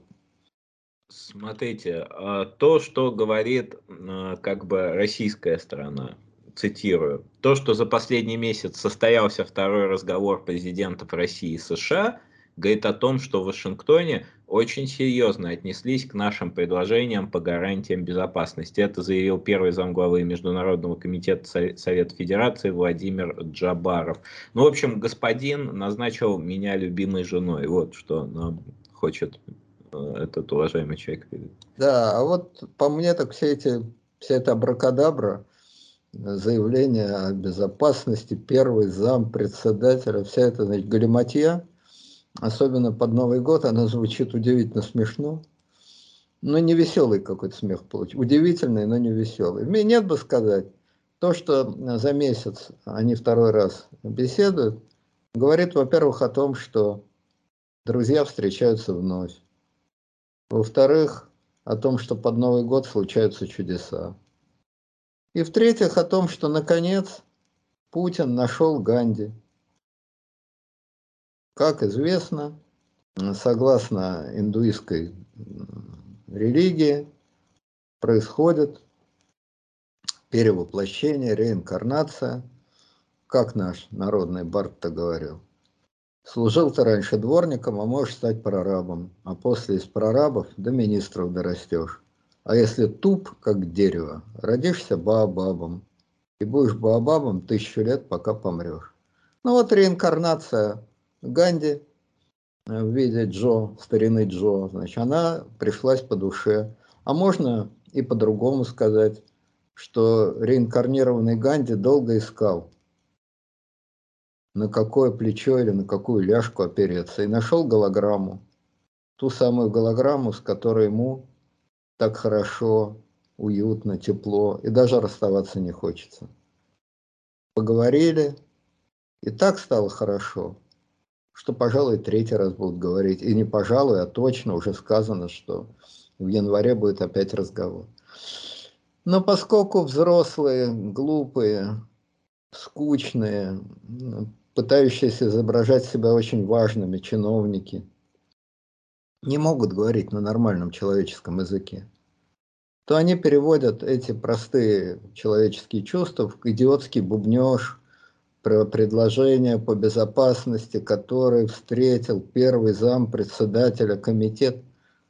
Смотрите, то, что говорит как бы российская сторона, цитирую, то, что за последний месяц состоялся второй разговор президентов России и США, говорит о том, что в Вашингтоне очень серьезно отнеслись к нашим предложениям по гарантиям безопасности. Это заявил первый замглавы Международного комитета Совета Федерации Владимир Джабаров. Ну, в общем, господин назначил меня любимой женой. Вот что нам хочет этот уважаемый человек. Да, а вот по мне так вся эта абракадабра, заявление о безопасности, первый зам председателя, вся эта, значит, галиматья, особенно под Новый год, она звучит удивительно смешно. Но не веселый какой-то смех получил. Удивительный, но не веселый. Мне нет бы сказать, то, что за месяц они второй раз беседуют, говорит, во-первых, о том, что друзья встречаются вновь. Во-вторых, о том, что под Новый год случаются чудеса. И в-третьих, о том, что наконец Путин нашел Ганди. Как известно, согласно индуистской религии, происходит перевоплощение, реинкарнация, как наш народный бард-то говорил. Служил ты раньше дворником, а можешь стать прорабом, а после из прорабов до министров дорастешь. А если туп, как дерево, родишься баобабом, и будешь баобабом 1000 лет, пока помрешь. Ну вот реинкарнация Ганди в виде Джо, старины Джо, значит, она пришлась по душе. А можно и по-другому сказать, что реинкарнированный Ганди долго искал, на какое плечо или на какую ляжку опереться, и нашел голограмму, ту самую голограмму, с которой ему так хорошо, уютно, тепло, и даже расставаться не хочется. Поговорили, и так стало хорошо, что, пожалуй, третий раз будут говорить. И не пожалуй, а точно уже сказано, что в январе будет опять разговор. Но поскольку взрослые, глупые, скучные, пытающиеся изображать себя очень важными чиновники, не могут говорить на нормальном человеческом языке, то они переводят эти простые человеческие чувства в идиотский бубнёж про предложение по безопасности, который встретил первый зампредседателя комитета.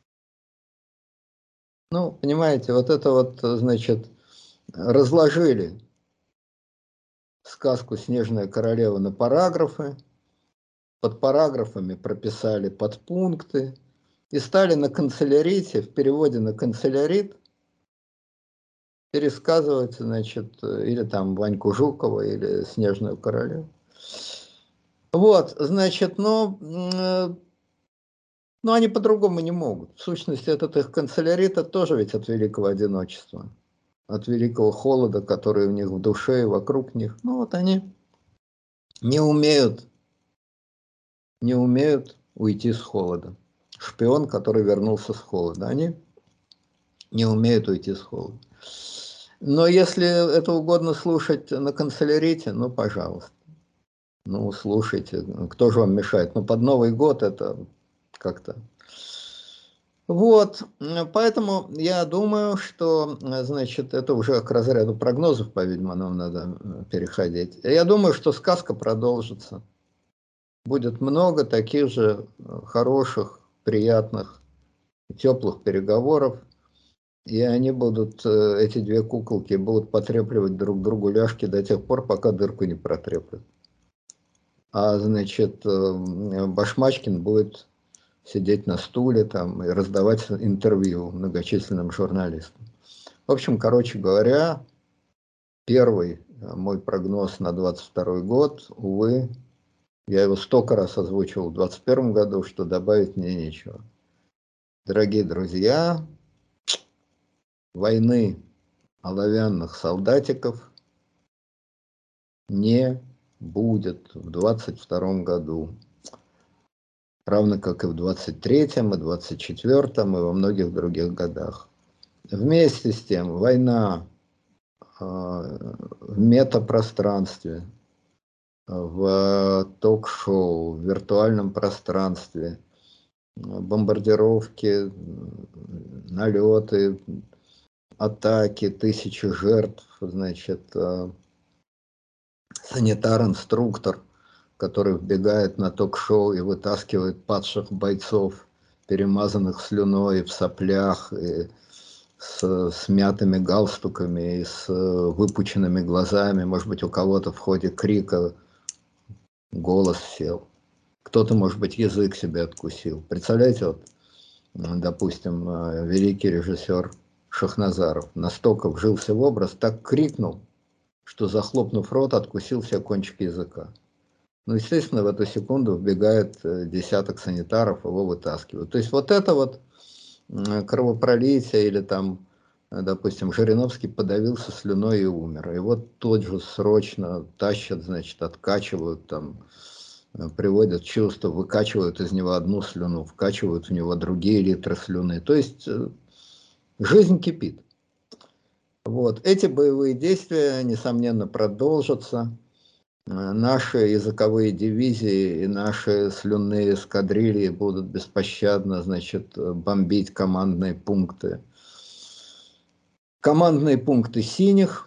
Ну, понимаете, вот это вот, значит, разложили сказку «Снежная королева» на параграфы, под параграфами прописали подпункты и стали на канцелярите, в переводе на канцелярит, пересказывать, значит, или там Ваньку Жукова, или «Снежную королеву». Вот, значит, но они по-другому не могут. В сущности, этот их канцелярит тоже ведь от великого одиночества, от великого холода, который у них в душе и вокруг них. Ну вот они не умеют уйти с холода. Шпион, который вернулся с холода. Они не умеют уйти с холода. Но если это угодно слушать на канцелярите, ну, пожалуйста. Ну, слушайте, кто же вам мешает? Ну, под Новый год это как-то... Вот, поэтому я думаю, что, значит, это уже к разряду прогнозов, по-видимому, нам надо переходить. Я думаю, что сказка продолжится. Будет много таких же хороших, приятных, теплых переговоров, и они будут, эти две куколки, будут потрепливать друг другу ляжки до тех пор, пока дырку не протреплют. А, значит, Башмачкин будет сидеть на стуле там и раздавать интервью многочисленным журналистам. В общем, короче говоря, первый мой прогноз на 22 год, увы, я его столько раз озвучивал в 2021 году, что добавить мне нечего. Дорогие друзья, войны оловянных солдатиков не будет в 22 году. Равно как и в 23-м, и 24-м, и во многих других годах. Вместе с тем, война в метапространстве, в ток-шоу, в виртуальном пространстве, бомбардировки, налеты, атаки, тысячи жертв, значит, санитар-инструктор, который вбегает на ток-шоу и вытаскивает падших бойцов, перемазанных слюной, в соплях, и с смятыми галстуками, и с выпученными глазами. Может быть, у кого-то в ходе крика голос сел. Кто-то, может быть, язык себе откусил. Представляете, вот, допустим, великий режиссер Шахназаров настолько вжился в образ, так крикнул, что, захлопнув рот, откусил себе кончик языка. Ну, естественно, в эту секунду вбегает десяток санитаров, его вытаскивают. То есть вот это вот кровопролитие, или там, допустим, Жириновский подавился слюной и умер. И вот тут же срочно тащат, значит, откачивают, там, приводят в чувство, выкачивают из него одну слюну, вкачивают в него другие литры слюны. То есть жизнь кипит. Вот. Эти боевые действия, несомненно, продолжатся. Наши языковые дивизии и наши слюнные эскадрильи будут беспощадно, значит, бомбить командные пункты. Командные пункты синих,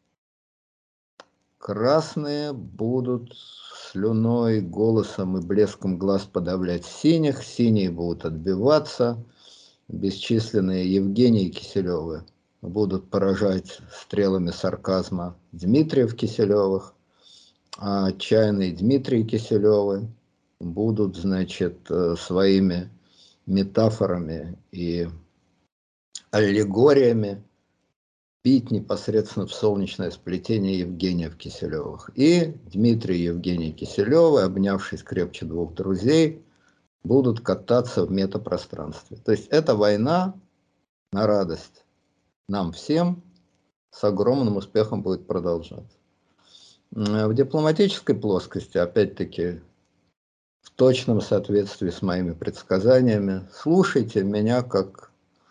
красные будут слюной, голосом и блеском глаз подавлять синих, синие будут отбиваться, бесчисленные Евгении Киселевы будут поражать стрелами сарказма Дмитриев Киселевых, а отчаянные Дмитрий Киселевы будут, значит, своими метафорами и аллегориями бить непосредственно в солнечное сплетение Евгениев Киселевых. И Дмитрий и Евгений Киселевы, обнявшись крепче двух друзей, будут кататься в метапространстве. То есть эта война на радость нам всем с огромным успехом будет продолжаться. В дипломатической плоскости, опять-таки, в точном соответствии с моими предсказаниями, слушайте меня как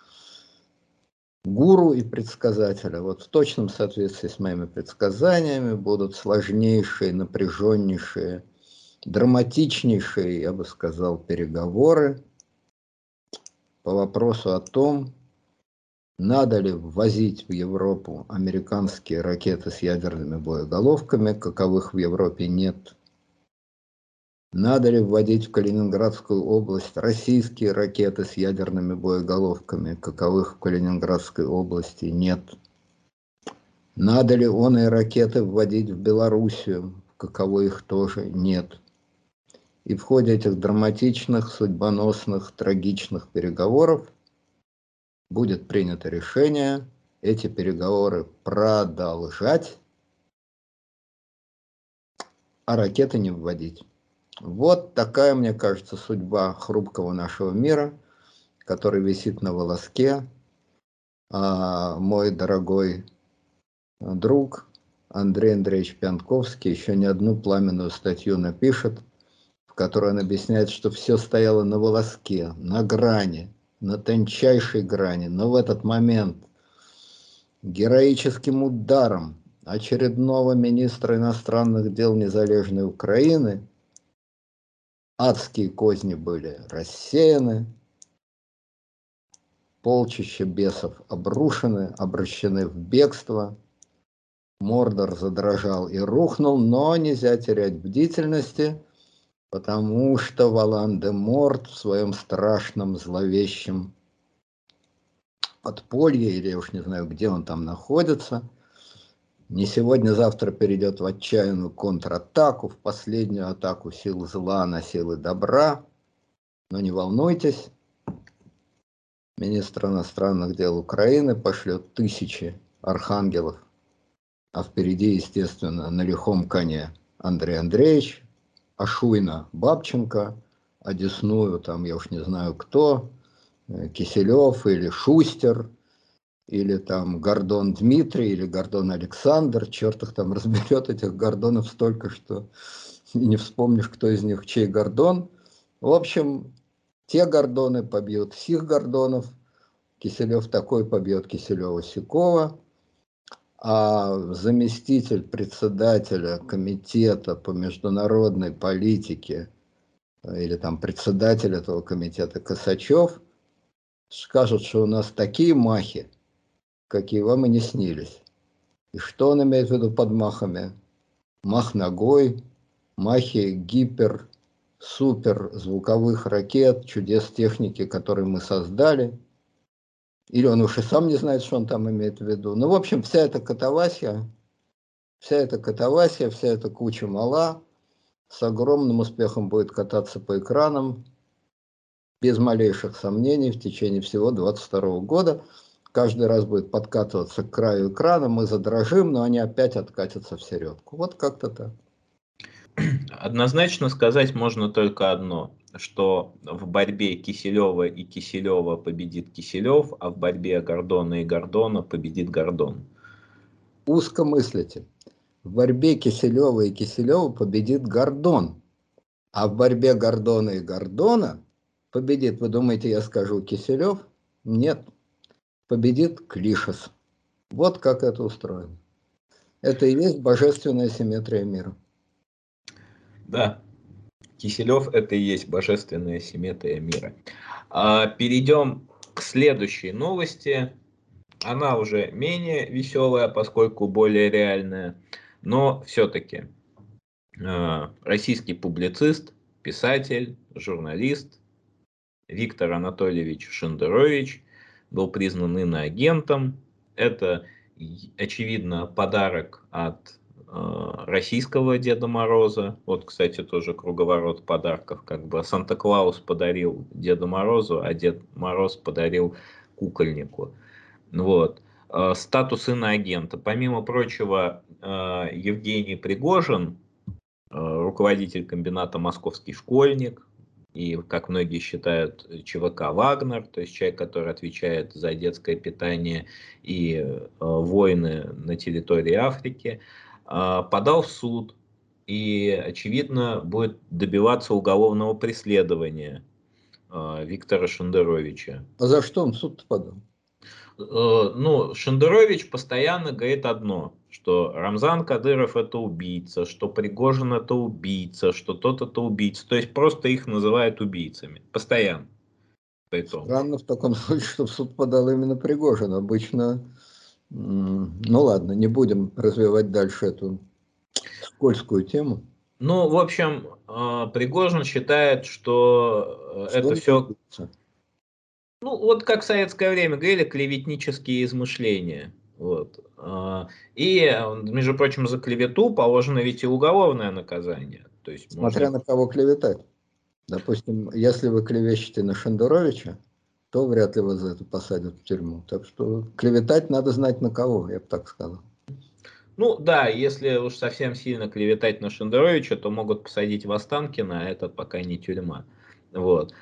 гуру и предсказателя. Вот в точном соответствии с моими предсказаниями будут сложнейшие, напряженнейшие, драматичнейшие, я бы сказал, переговоры по вопросу о том, надо ли ввозить в Европу американские ракеты с ядерными боеголовками, каковых в Европе нет. Надо ли вводить в Калининградскую область российские ракеты с ядерными боеголовками, каковых в Калининградской области нет. Надо ли оные ракеты вводить в Белоруссию, каковой их тоже нет. И в ходе этих драматичных, судьбоносных, трагичных переговоров будет принято решение эти переговоры продолжать, а ракеты не вводить. Вот такая, мне кажется, судьба хрупкого нашего мира, который висит на волоске. А мой дорогой друг Андрей Андреевич Пянковский еще не одну пламенную статью напишет, в которой он объясняет, что все стояло на волоске, на грани, на тончайшей грани. Но в этот момент героическим ударом очередного министра иностранных дел незалежной Украины адские козни были рассеяны, полчища бесов обрушены, обращены в бегство, Мордор задрожал и рухнул, но нельзя терять бдительности, потому что Волан-де-Морт в своем страшном, зловещем подполье, или я уж не знаю, где он там находится, не сегодня-завтра перейдет в отчаянную контратаку, в последнюю атаку сил зла на силы добра. Но не волнуйтесь, министр иностранных дел Украины пошлет тысячи архангелов, а впереди, естественно, на лихом коне Андрей Андреевич, а Шуйна Бабченко, а десную там я уж не знаю кто, Киселев или Шустер, или там Гордон Дмитрий, или Гордон Александр, черт их там разберет, этих Гордонов столько, что не вспомнишь, кто из них чей Гордон. В общем, те Гордоны побьют сих Гордонов, Киселев такой побьет Киселева-Сикова, а заместитель председателя комитета по международной политике или там председатель этого комитета Косачев скажет, что у нас такие махи, какие вам и не снились. И что он имеет в виду под махами? Мах ногой, махи гипер, супер звуковых ракет, чудес техники, которые мы создали. Или он уж и сам не знает, что он там имеет в виду. Ну, в общем, вся эта катавасия, вся эта куча мала с огромным успехом будет кататься по экранам, без малейших сомнений, в течение всего 2022 года. Каждый раз будет подкатываться к краю экрана, мы задрожим, но они опять откатятся в середку. Вот как-то так. Однозначно сказать можно только одно, что в борьбе Киселева и Киселева победит Киселев, а в борьбе Гордона и Гордона победит Гордон. Узко мыслите. В борьбе Киселева и Киселева победит Гордон, а в борьбе Гордона и Гордона победит, вы думаете, я скажу Киселев? Нет, победит Клишес. Вот как это устроено. Это и есть божественная симметрия мира. Да, Киселев — это и есть божественная симметрия мира. Перейдем к следующей новости. Она уже менее веселая, поскольку более реальная, но все-таки российский публицист, писатель, журналист Виктор Анатольевич Шендерович был признан иноагентом. Это, очевидно, подарок от российского Деда Мороза. Вот, кстати, тоже круговорот подарков. Как бы Санта-Клаус подарил Деду Морозу, а Дед Мороз подарил кукольнику. Вот. статус иноагента. Помимо прочего, Евгений Пригожин, руководитель комбината «Московский школьник», и, как многие считают, ЧВК «Вагнер», то есть человек, который отвечает за детское питание и войны на территории Африки, подал в суд и, очевидно, будет добиваться уголовного преследования Виктора Шендеровича. А за что он в суд подал? Ну, Шендерович постоянно говорит одно, что Рамзан Кадыров это убийца, что Пригожин это убийца, что тот это убийца. То есть просто их называют убийцами. Постоянно. Странно в таком случае, что в суд подал именно Пригожин. Обычно, ну ладно, не будем развивать дальше эту скользкую тему. Ну, в общем, Пригожин считает, что это все... Убийца? Ну, вот как в советское время говорили, клеветнические измышления. Вот. И, между прочим, за клевету положено ведь и уголовное наказание. То есть Смотря можно... на кого клеветать. Допустим, если вы клевещете на Шендеровича, то вряд ли вас за это посадят в тюрьму. Так что клеветать надо знать на кого, я бы так сказал. Ну да, если уж совсем сильно клеветать на Шендеровича, то могут посадить в Останкино, а это пока не тюрьма. Вот.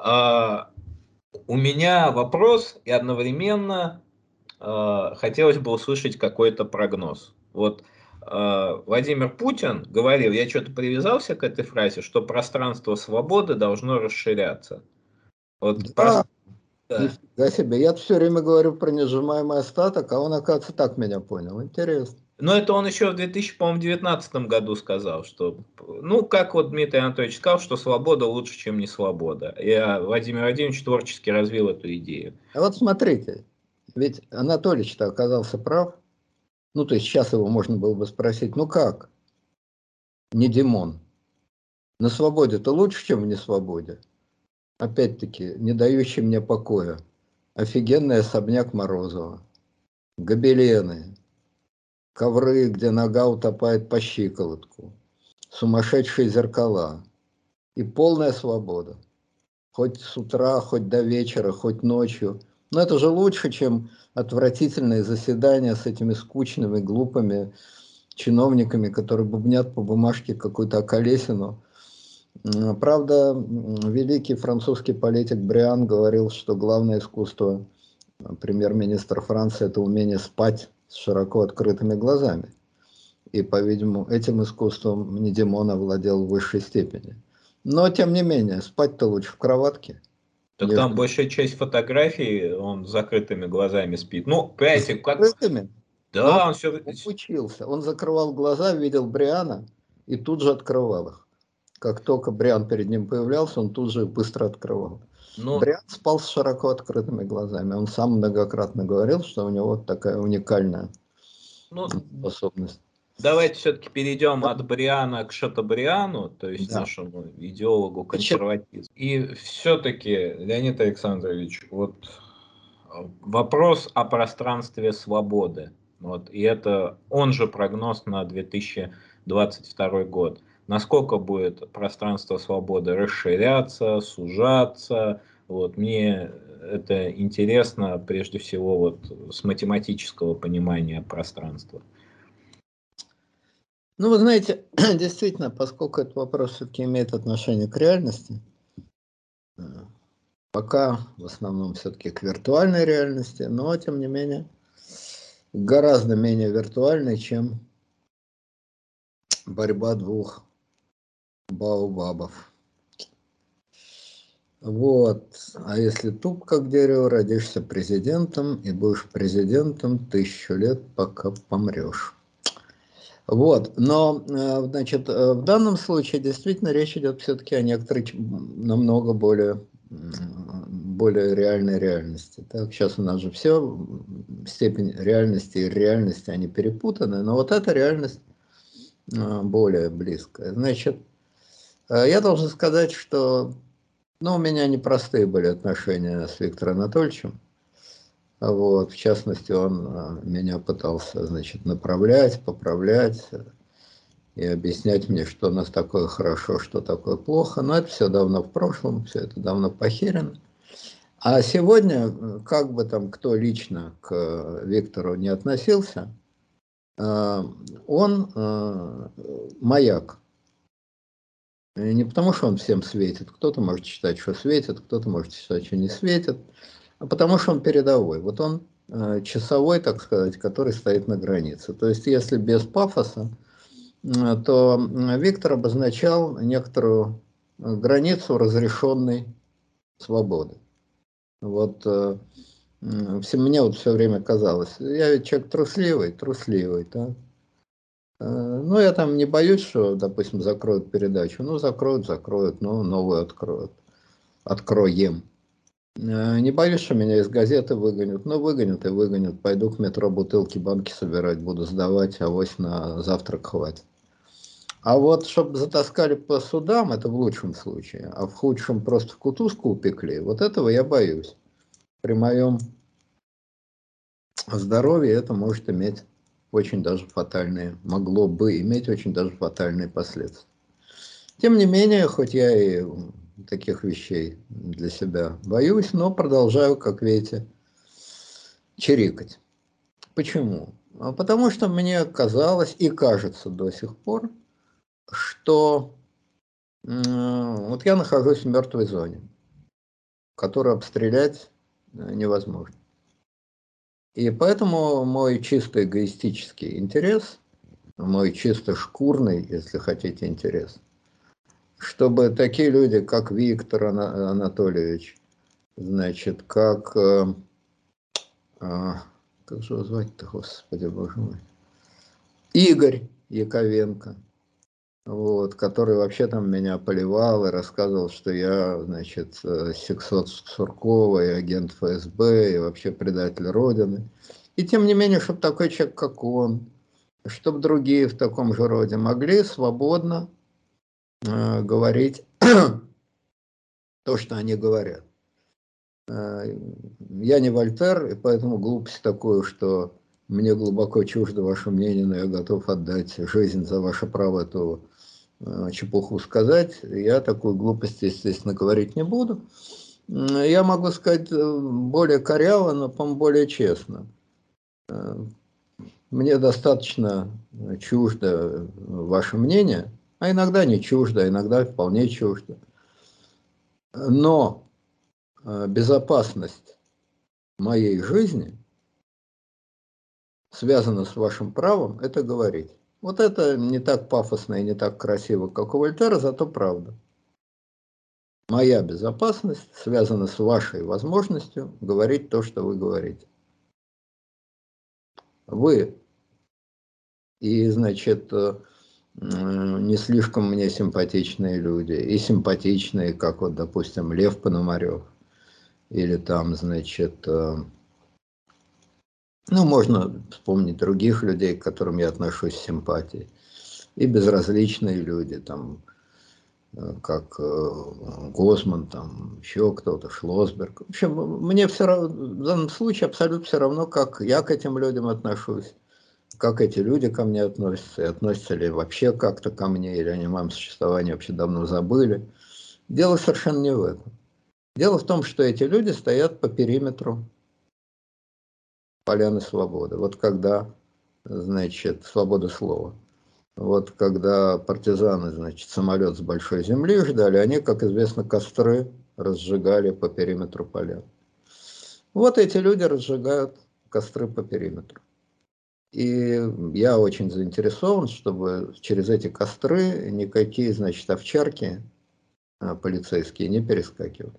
У меня вопрос, и одновременно хотелось бы услышать какой-то прогноз. Вот Владимир Путин говорил, я что-то привязался к этой фразе, что пространство свободы должно расширяться. Вот Да, да. нифига себе. Я все время говорю про несжимаемый остаток, а он, оказывается, так меня понял. Интересно. Но это он еще в 2019 году сказал, что, ну, как вот Дмитрий Анатольевич сказал, что свобода лучше, чем не свобода. И Владимир Владимирович творчески развил эту идею. А вот смотрите, ведь Анатольевич-то оказался прав. Ну, то есть сейчас его можно было бы спросить, ну как, не Димон, на свободе-то лучше, чем в несвободе? Опять-таки, не дающий мне покоя. Офигенный особняк Морозова, гобелены, ковры, где нога утопает по щиколотку, сумасшедшие зеркала и полная свобода. Хоть с утра, хоть до вечера, хоть ночью. Но это же лучше, чем отвратительные заседания с этими скучными, глупыми чиновниками, которые бубнят по бумажке какую-то околесину. Правда, великий французский политик Бриан говорил, что главное искусство премьер-министра Франции – это умение спать с широко открытыми глазами. И, по-видимому, этим искусством Недимон овладел в высшей степени. Но, тем не менее, спать-то лучше в кроватке. Так там большая часть фотографий, он с закрытыми глазами спит. Ну, понимаете, как... Закрытыми. Но Да, он все... он учился. Он закрывал глаза, видел Бриана и тут же открывал их. Как только Бриан перед ним появлялся, он тут же быстро открывал. Ну, Бриан спал с широко открытыми глазами. Он сам многократно говорил, что у него такая уникальная ну, способность. давайте все-таки перейдем от Бриана к Шатобриану, то есть Да. нашему идеологу Почему? консерватизма. И все-таки, Леонид Александрович, вот вопрос о пространстве свободы. Вот, и это он же прогноз на 2022 год. Насколько будет пространство свободы расширяться, сужаться? Вот, мне это интересно прежде всего вот с математического понимания пространства. Ну, вы знаете, действительно, поскольку этот вопрос все-таки имеет отношение к реальности, пока в основном все-таки к виртуальной реальности, но, тем не менее, гораздо менее виртуальной, чем борьба двух баобабов. Вот. А если туп как дерево, родишься президентом и будешь президентом 1000 лет, пока помрешь. Вот. Но, значит, в данном случае действительно речь идет все-таки о некоторой намного более реальной реальности. Так, сейчас у нас же все, степень реальности и реальности, они перепутаны, но вот эта реальность более близкая. Значит, я должен сказать, что у меня непростые были отношения с Виктором Анатольевичем. Вот, в частности, он меня пытался, значит, направлять, поправлять и объяснять мне, что у нас такое хорошо, что такое плохо. Но это все давно в прошлом, все это давно похерено. А сегодня, как бы там кто лично к Виктору не относился, он маяк. И не потому, что он всем светит. Кто-то может считать, что светит, кто-то может считать, что не светит. А потому, что он передовой. Вот он часовой, так сказать, который стоит на границе. То есть, если без пафоса, то Виктор обозначал некоторую границу разрешенной свободы. Вот мне вот все время казалось, я ведь человек трусливый, да. Ну, я там не боюсь, что, допустим, закроют передачу. Ну, закроют, ну, новую откроют. Откроем. Не боюсь, что меня из газеты выгонят. Ну, выгонят и выгонят. Пойду к метро бутылки, банки собирать, буду сдавать, авось на завтрак хватит. А вот, чтобы затаскали по судам, это в лучшем случае. А в худшем просто в кутузку упекли. Вот этого я боюсь. При моем здоровье это может иметь очень даже фатальные, могло бы иметь очень даже фатальные последствия. Тем не менее, хоть я и таких вещей для себя боюсь, но продолжаю, как видите, чирикать. Почему? Потому что мне казалось и кажется до сих пор, что вот я нахожусь в мертвой зоне, которую обстрелять невозможно. И поэтому мой чисто эгоистический интерес, мой чисто шкурный, если хотите, интерес, чтобы такие люди, как Виктор Анатольевич, значит, как же его звать-то, господи, боже мой, Игорь Яковенко, вот, который вообще там меня поливал и рассказывал, что я, значит, сексот Суркова и агент ФСБ, и вообще предатель Родины. И тем не менее, чтобы такой человек, как он, чтобы другие в таком же роде могли свободно говорить то, что они говорят. Я не Вольтер, и поэтому глупость такую, что мне глубоко чуждо ваше мнение, но я готов отдать жизнь за ваше право эту чепуху сказать. Я такую глупость, естественно, говорить не буду. Я могу сказать более коряво, но, по-моему, более честно. Мне достаточно чуждо ваше мнение, а иногда не чуждо, а иногда вполне чуждо. Но безопасность моей жизни связана с вашим правом это говорить. Вот это не так пафосно и не так красиво, как у Вольтера, зато правда. Моя безопасность связана с вашей возможностью говорить то, что вы говорите. Вы и, значит, не слишком мне симпатичные люди, и симпатичные, как вот, допустим, Лев Пономарев, или там, значит, ну, можно вспомнить других людей, к которым я отношусь с симпатией, и безразличные люди, там, как Госман, там, еще кто-то, Шлосберг. В общем, мне все равно, в данном случае абсолютно все равно, как я к этим людям отношусь, как эти люди ко мне относятся, и относятся ли вообще как-то ко мне, или они о моем существовании вообще давно забыли. Дело совершенно не в этом. Дело в том, что эти люди стоят по периметру Поляны Свободы. Вот когда, значит, свобода слова. Вот когда партизаны, значит, самолет с большой земли ждали, они, как известно, костры разжигали по периметру поля. Вот эти люди разжигают костры по периметру. И я очень заинтересован, чтобы через эти костры никакие, значит, овчарки полицейские не перескакивали.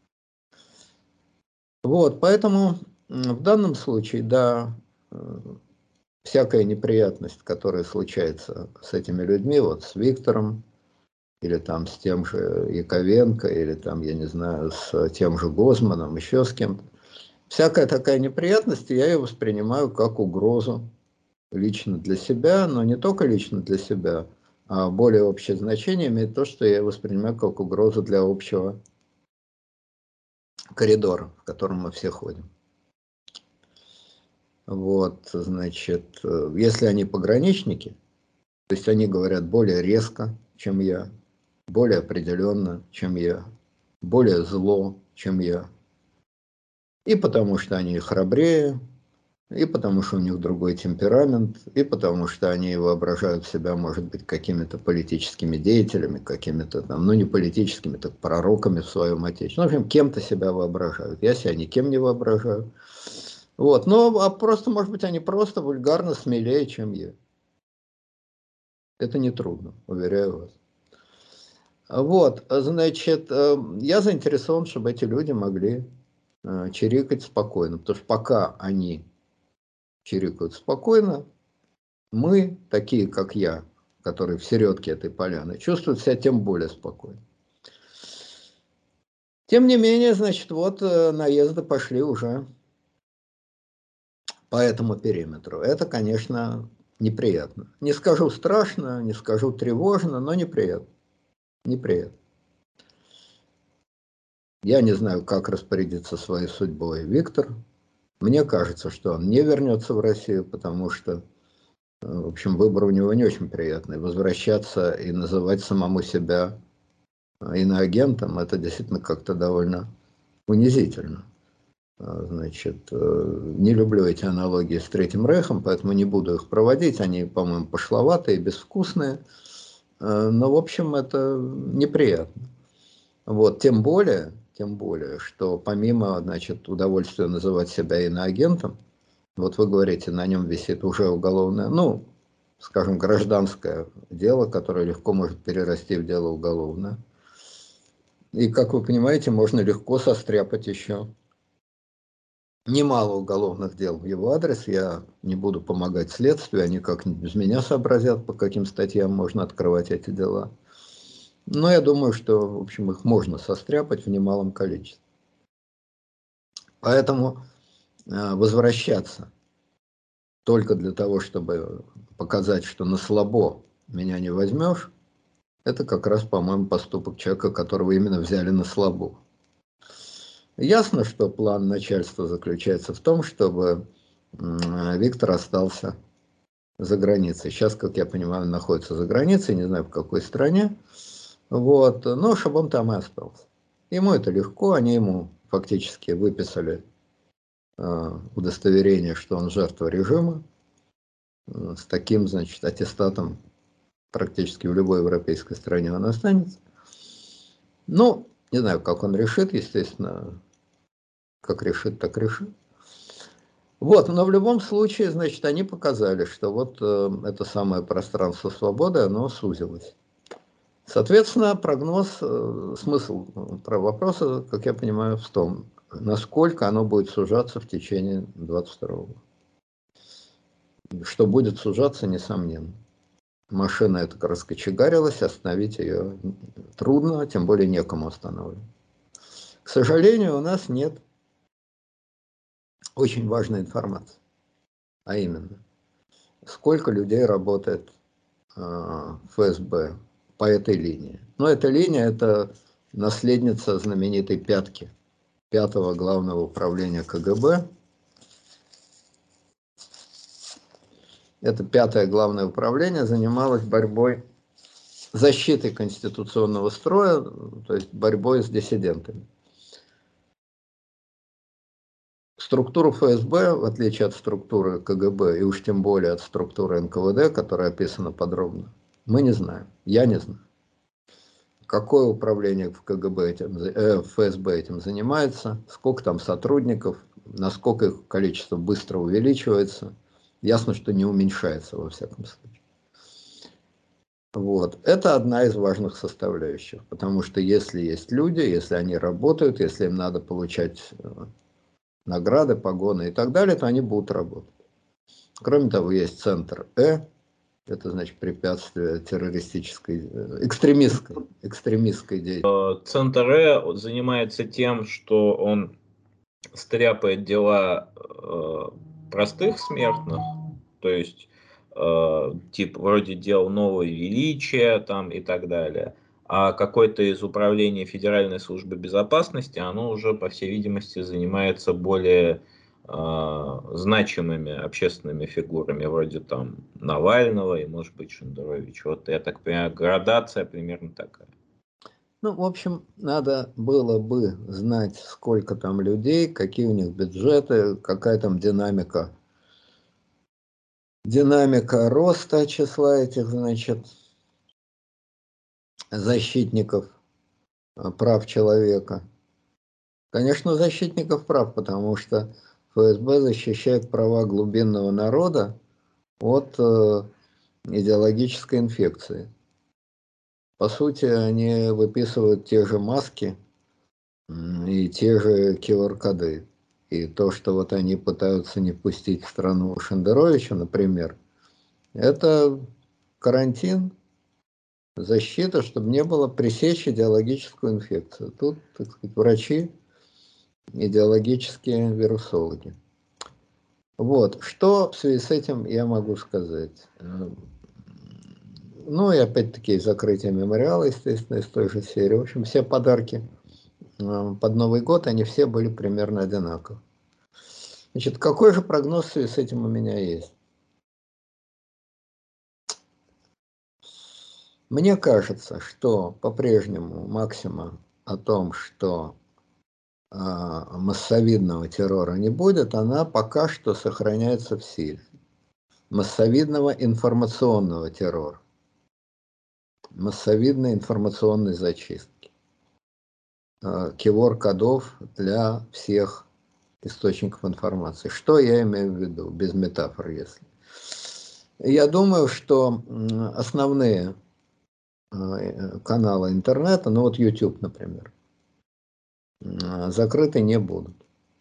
Вот, поэтому в данном случае, да, всякая неприятность, которая случается с этими людьми, вот с Виктором, или там с тем же Яковенко, или там, я не знаю, с тем же Гозманом, еще с кем-то, всякая такая неприятность, я ее воспринимаю как угрозу лично для себя, но не только лично для себя, а более общее значение имеет то, что я воспринимаю как угрозу для общего коридора, в котором мы все ходим. Вот, значит, если они пограничники, то есть они говорят более резко, чем я, более определенно, чем я, более зло, чем я, И потому что они храбрее, и потому что у них другой темперамент, и потому что они воображают себя, может быть, какими-то политическими деятелями, какими-то там, ну не политическими, так пророками в своем отечестве. Ну, в общем, кем-то себя воображают. Я себя никем не воображаю. Вот, ну, а просто, может быть, они просто вульгарно смелее, чем я. Это нетрудно, уверяю вас. Вот, значит, я заинтересован, чтобы эти люди могли чирикать спокойно, потому что пока они чирикают спокойно, мы, такие как я, которые в середке этой поляны, чувствуют себя тем более спокойно. Тем не менее, значит, вот наезды пошли уже по этому периметру. Это, конечно, неприятно. Не скажу страшно, не скажу тревожно, но неприятно. Неприятно. Я не знаю, как распорядиться своей судьбой Виктор. Мне кажется, что он не вернется в Россию, потому что, в общем, выбор у него не очень приятный. Возвращаться и называть самому себя иноагентом, это действительно как-то довольно унизительно. Значит, не люблю эти аналогии с Третьим Рейхом, поэтому не буду их проводить. Они, по-моему, пошловатые, безвкусные. Но, в общем, это неприятно. Вот, тем более, что помимо, значит, удовольствия называть себя иноагентом, вот вы говорите, на нем висит уже уголовное, ну, скажем, гражданское дело, которое легко может перерасти в дело уголовное. И, как вы понимаете, можно легко состряпать еще немало уголовных дел в его адрес. Я не буду помогать следствию, они как-нибудь без меня сообразят, по каким статьям можно открывать эти дела. Но я думаю, что, в общем, их можно состряпать в немалом количестве. Поэтому возвращаться только для того, чтобы показать, что на слабо меня не возьмешь, это как раз, по-моему, поступок человека, которого именно взяли на слабо. Ясно, что план начальства заключается в том, чтобы Виктор остался за границей. Сейчас, как я понимаю, он находится за границей, не знаю в какой стране. Вот, но чтобы он там и остался. Ему это легко, они ему фактически выписали удостоверение, что он жертва режима. С таким, значит, аттестатом практически в любой европейской стране он останется. Ну, не знаю, как он решит, естественно, как решит, так решит. Вот, но в любом случае, значит, они показали, что вот это самое пространство свободы, оно сузилось. Соответственно, прогноз, смысл про вопроса, как я понимаю, в том, насколько оно будет сужаться в течение 2022 года. Что будет сужаться, несомненно. Машина эта раскочегарилась, остановить ее трудно, тем более некому останавливать. К сожалению, у нас нет очень важной информации, а именно, сколько людей работает в ФСБ по этой линии. Но эта линия – это наследница знаменитой «пятки», 5-го главного управления КГБ. Это 5-е главное управление занималось борьбой, защитой конституционного строя, то есть борьбой с диссидентами. Структуру ФСБ, в отличие от структуры КГБ, и уж тем более от структуры НКВД, которая описана подробно, мы не знаем, я не знаю. Какое управление в КГБ в ФСБ этим занимается, сколько там сотрудников, насколько их количество быстро увеличивается. Ясно, что не уменьшается во всяком случае. Вот. Это одна из важных составляющих, потому что если есть люди, если они работают, если им надо получать награды, погоны и так далее, то они будут работать. Кроме того, есть центр это значит препятствие террористической, экстремистской деятельности. Центр занимается тем, что он стряпает дела простых смертных, то есть тип вроде дел нового величия там и так далее. А какое-то из управлений Федеральной службы безопасности, оно уже, по всей видимости, занимается более значимыми общественными фигурами, вроде там Навального и, может быть, Шендеровича. Вот я так понимаю, градация примерно такая. Ну, в общем, надо было бы знать, сколько там людей, какие у них бюджеты, какая там динамика роста числа этих, значит, защитников прав человека. Конечно, защитников прав, потому что ФСБ защищает права глубинного народа от идеологической инфекции. По сути, они выписывают те же маски и те же QR-коды. И то, что вот они пытаются не пустить в страну Шендеровича, например, это карантин, защита, чтобы не было пресечь идеологическую инфекцию. Тут, так сказать, врачи, идеологические вирусологи. Вот, что в связи с этим я могу сказать? Ну и опять-таки закрытие мемориала, естественно, из той же серии. В общем, все подарки под Новый год, они все были примерно одинаковы. Значит, какой же прогноз в связи с этим у меня есть? Мне кажется, что по-прежнему максима о том, что массовидного террора не будет, она пока что сохраняется в силе. Массовидного информационного террора, массовидной информационной зачистки, QR-кодов для всех источников информации. Что я имею в виду, без метафор, если. Я думаю, что основные каналы интернета, ну вот YouTube, например, закрыты не будут.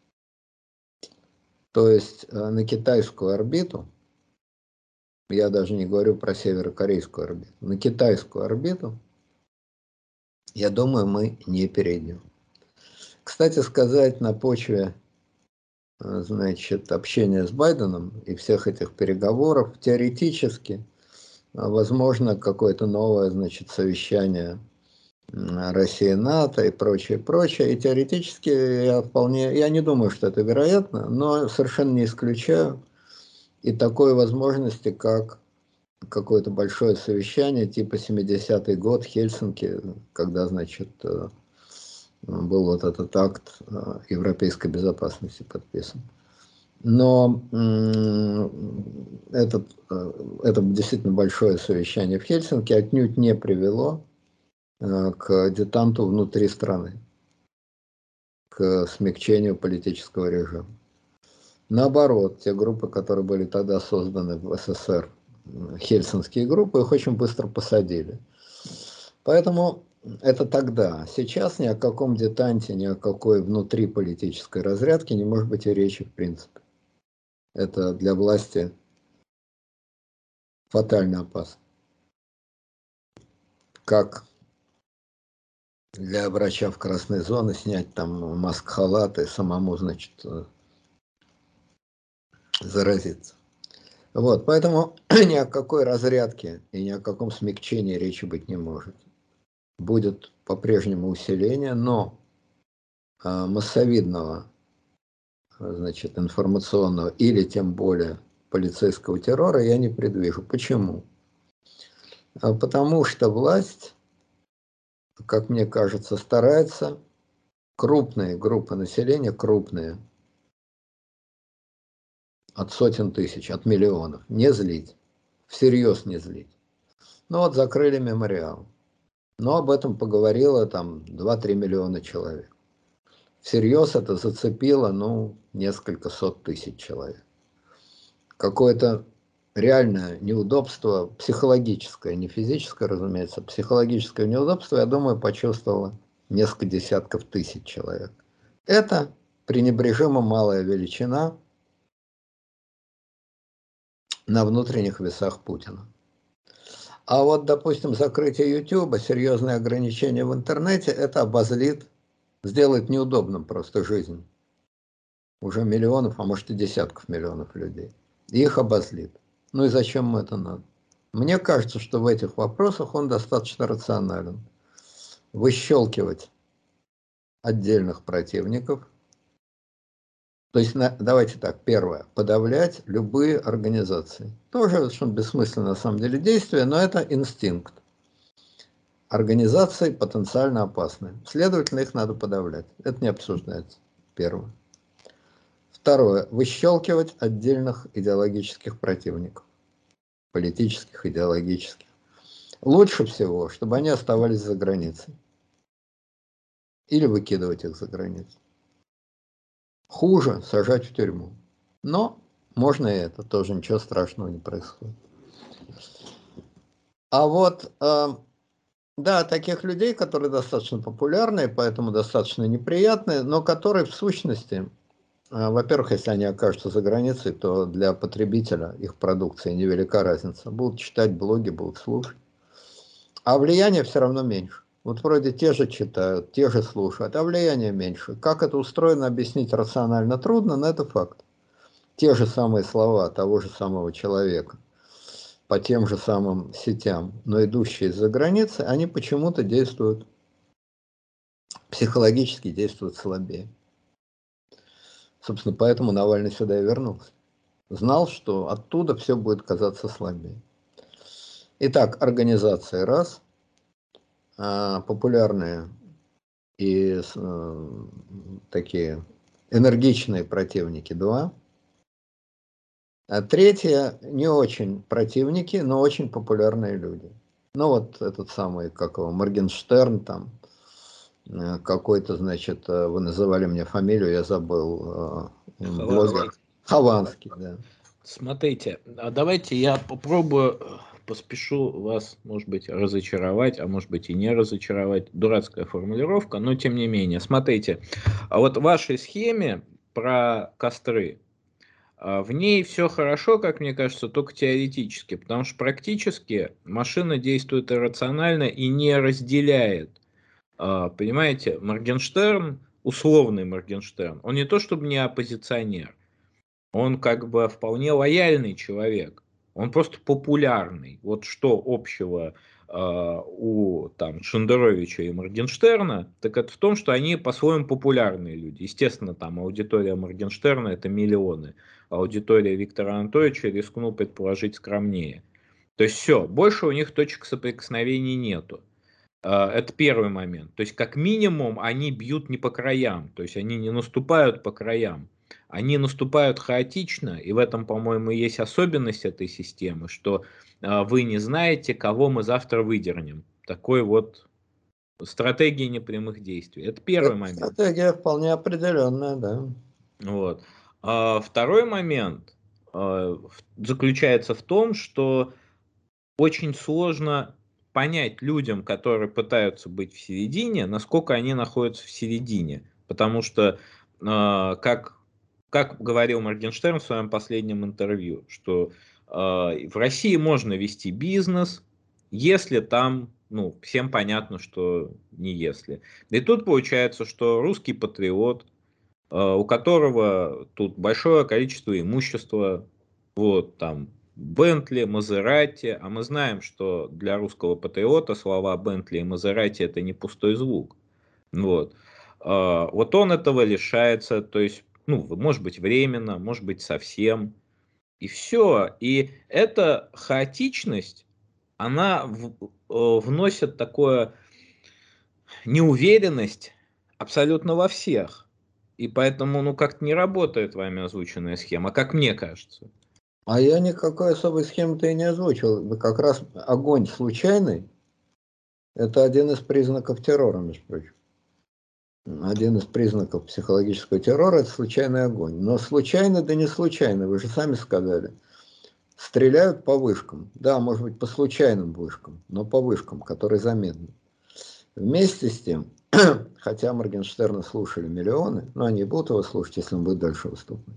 То есть на китайскую орбиту, я даже не говорю про северокорейскую орбиту, на китайскую орбиту, я думаю, мы не перейдем. Кстати сказать, на почве, значит, общения с Байденом и всех этих переговоров, теоретически, возможно, какое-то новое, значит, совещание Россия-НАТО и прочее, прочее. И теоретически я не думаю, что это вероятно, но совершенно не исключаю и такой возможности, как какое-то большое совещание типа 70-й год Хельсинки, когда, значит, был вот этот акт европейской безопасности подписан. Но это действительно большое совещание в Хельсинки отнюдь не привело к детанту внутри страны, к смягчению политического режима. Наоборот, те группы, которые были тогда созданы в СССР, хельсинские группы, их очень быстро посадили. Поэтому это тогда. Сейчас ни о каком детанте, ни о какой внутриполитической разрядке не может быть и речи в принципе. Это для власти фатально опасно. Как для врача в красной зоне снять там маск-халат и самому, значит, заразиться. Вот, поэтому ни о какой разрядке и ни о каком смягчении речи быть не может. Будет по-прежнему усиление, но массовидного, значит, информационного или тем более полицейского террора я не предвижу. Почему? Потому что власть, как мне кажется, старается крупные группы населения, крупные, от сотен тысяч, от миллионов, не злить, всерьез не злить. Ну вот закрыли мемориал. Но об этом поговорило там 2-3 миллиона человек. Всерьез это зацепило, ну, несколько сот тысяч человек. Какое-то реальное неудобство, психологическое, не физическое, разумеется, психологическое неудобство, я думаю, почувствовало несколько десятков тысяч человек. Это пренебрежимо малая величина на внутренних весах Путина. А вот, допустим, закрытие YouTube, серьезные ограничения в интернете, это обозлит, сделает неудобным просто жизнь уже миллионов, а может и десятков миллионов людей. И их обозлит. Ну и зачем ему это надо? Мне кажется, что в этих вопросах он достаточно рационален. Выщелкивать отдельных противников. То есть, давайте так, первое, подавлять любые организации. Тоже совершенно бессмысленное на самом деле действие, но это инстинкт. организации потенциально опасны. Следовательно, их надо подавлять. Это не обсуждается. Первое. Второе. Выщелкивать отдельных идеологических противников. Политических, идеологических. Лучше всего, чтобы они оставались за границей. Или выкидывать их за границу. Хуже сажать в тюрьму. Но можно и это, тоже ничего страшного не происходит. А вот, да, таких людей, которые достаточно популярны, поэтому достаточно неприятные, но которые в сущности, во-первых, если они окажутся за границей, то для потребителя их продукции невелика разница. Будут читать блоги, будут слушать. А влияние все равно меньше. Вот вроде те же читают, те же слушают, а влияние меньше. Как это устроено, объяснить рационально трудно, но это факт. Те же самые слова того же самого человека по тем же самым сетям, но идущие из-за границы, они почему-то действуют, психологически действуют слабее. Собственно, поэтому Навальный сюда и вернулся. Знал, что оттуда все будет казаться слабее. Итак, организации раз, популярные и такие энергичные противники два, а третье не очень противники, но очень популярные люди. Ну вот этот самый, как его, Моргенштерн там, какой-то, значит, вы называли мне фамилию, я забыл, блогер. Хованский, да. Смотрите, а давайте я попробую, поспешу вас, может быть, разочаровать, а может быть и не разочаровать. Дурацкая формулировка, но тем не менее. Смотрите, а вот в вашей схеме про костры, в ней все хорошо, как мне кажется, только теоретически, потому что практически машина действует иррационально и не разделяет. Понимаете, Моргенштерн, условный Моргенштерн, он не то чтобы не оппозиционер, он как бы вполне лояльный человек, он просто популярный. Вот что общего у там Шендеровича и Моргенштерна, так это в том, что они по-своему популярные люди. Естественно, там аудитория Моргенштерна это миллионы, аудитория Виктора Анатольевича, рискну предположить, скромнее. То есть все, больше у них точек соприкосновений нету. Это первый момент. То есть, как минимум, они бьют не по краям, то есть они не наступают по краям. Они наступают хаотично, и в этом, по-моему, есть особенность этой системы, что вы не знаете, кого мы завтра выдернем. Такой вот стратегия непрямых действий. Это первый момент. Стратегия вполне определенная, да. Вот. Второй момент заключается в том, что очень сложно понять людям, которые пытаются быть в середине, насколько они находятся в середине. Потому что, как говорил Моргенштерн в своем последнем интервью, что в России можно вести бизнес, если там, ну, всем понятно, что не если. И тут получается, что русский патриот, у которого тут большое количество имущества, вот там Бентли, Мазерати, а мы знаем, что для русского патриота слова Бентли и Мазерати это не пустой звук. Вот. Вот он этого лишается, то есть, ну, может быть временно, может быть совсем, и все. И эта хаотичность, она вносит такое неуверенность абсолютно во всех. И поэтому, ну, как-то не работает вами озвученная схема, как мне кажется. А я никакой особой схемы-то и не озвучил. Как раз огонь случайный, это один из признаков террора, между прочим. Один из признаков психологического террора – это случайный огонь. Но случайно, да не случайно, вы же сами сказали. Стреляют по вышкам. Да, может быть, по случайным вышкам, но по вышкам, которые заметны. Вместе с тем, хотя Моргенштерна слушали миллионы, но они будут его слушать, если он будет дальше выступать.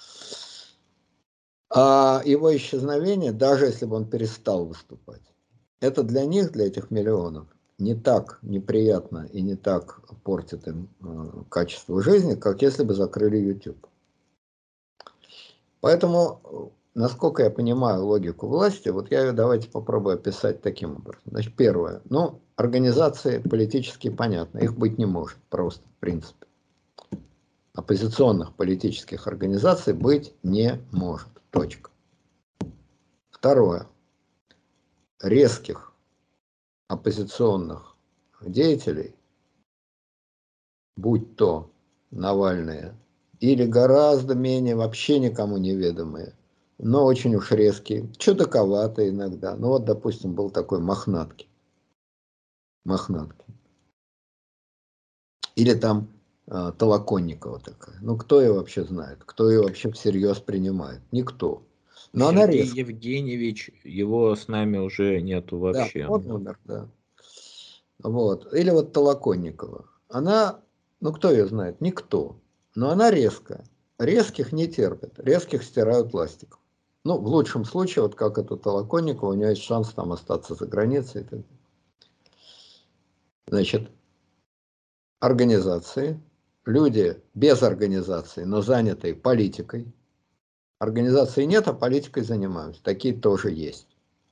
А его исчезновение, даже если бы он перестал выступать, это для них, для этих миллионов, не так неприятно и не так портит им качество жизни, как если бы закрыли YouTube. Поэтому, насколько я понимаю логику власти, вот я ее давайте попробую описать таким образом. Значит, первое. Ну, организации политические понятно, их быть не может, просто, в принципе. Оппозиционных политических организаций быть не может. Точка. Второе. Резких оппозиционных деятелей, будь то Навальные, или гораздо менее, вообще никому неведомые, но очень уж резкие, чудаковатые иногда. Ну вот, допустим, был такой Мохнаткин. Или там Толоконникова такая. Ну, кто ее вообще знает? Кто ее вообще всерьез принимает? Никто. Но она Сергей резко. Евгеньевич, его с нами уже нету Да, вообще. он умер, да. Вот. Или вот Толоконникова. Она, ну, кто ее знает? Никто. Но она резкая. Резких не терпят. Резких стирают пластиком. Ну, в лучшем случае, вот как это Толоконникова, у нее есть шанс там остаться за границей. Значит, организации, люди без организации, но занятые политикой. Организации нет, а политикой занимаются. Такие тоже есть.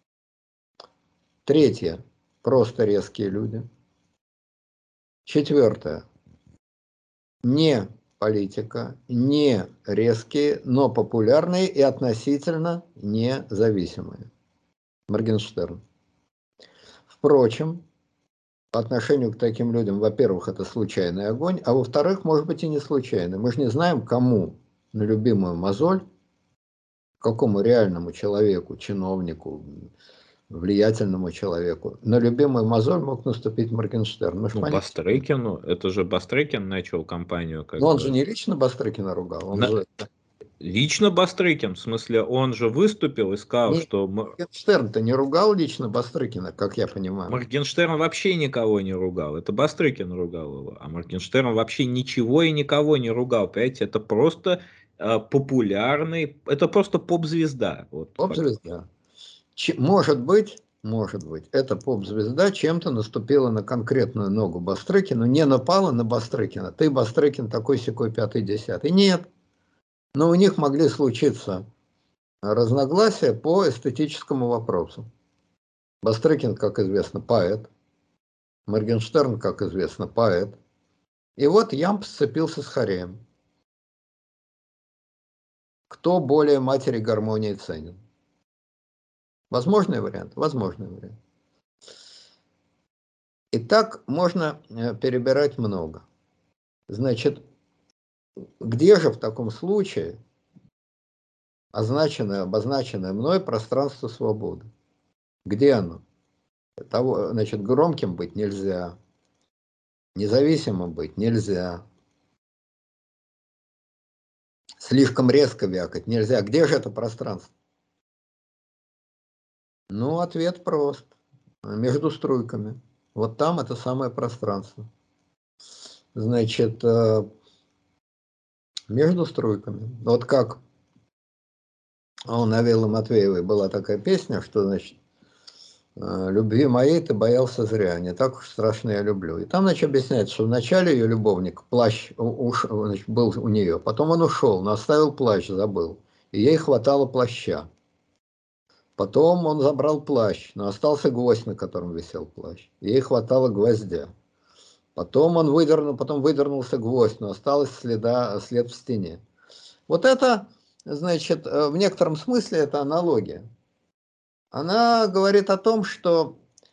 Третье. Просто резкие люди. Четвертое. Не политика, не резкие, но популярные и относительно независимые. Моргенштерн. Впрочем, по отношению к таким людям, во-первых, это случайный огонь, а во-вторых, может быть и не случайный. Мы же не знаем, кому на любимую мозоль, какому реальному человеку, чиновнику, влиятельному человеку, на любимую мозоль мог наступить Моргенштерн. Мы же Ну, понятия. Бастрыкину, это же Бастрыкин начал кампанию, как Но он же бы. не лично Бастрыкина ругал, он же... Лично Бастрыкин, в смысле, он же выступил и сказал, Не, что Моргенштерн-то не ругал лично Бастрыкина, как я понимаю. Моргенштерн вообще никого не ругал. Это Бастрыкин ругал его. А Моргенштерн вообще ничего и никого не ругал. Понимаете, это просто популярный, это просто поп-звезда. Вот, Поп-звезда. Может быть, эта поп-звезда чем-то наступила на конкретную ногу Бастрыкину, не напала на Бастрыкина. Ты, Бастрыкин, такой-сякой, пятый, десятый. Нет. Но у них могли случиться разногласия по эстетическому вопросу. Бастрыкин, как известно, поэт. Моргенштерн, как известно, поэт. И вот Ямп сцепился с Хореем. Кто более матери гармонии ценен? Возможный вариант? Возможный вариант. И так можно перебирать много. Значит, где же в таком случае обозначенное мной пространство свободы? Где оно? Того, значит, громким быть нельзя, независимым быть нельзя, слишком резко вякать нельзя. Где же это пространство? Ну, ответ прост. Между струйками. Вот там это самое пространство. Значит, между струйками. Вот как у Навелы Матвеевой была такая песня, что, значит, любви моей ты боялся зря, не так уж страшно я люблю. И там, значит, объясняется, что вначале ее любовник, плащ значит, был у нее, потом он ушел, но оставил плащ, забыл. И ей хватало плаща. Потом он забрал плащ, но остался гвоздь, на котором висел плащ. Ей хватало гвоздя. Потом выдернулся гвоздь, но осталось след в стене. Вот это, значит, в некотором смысле это аналогия. Она говорит о том, что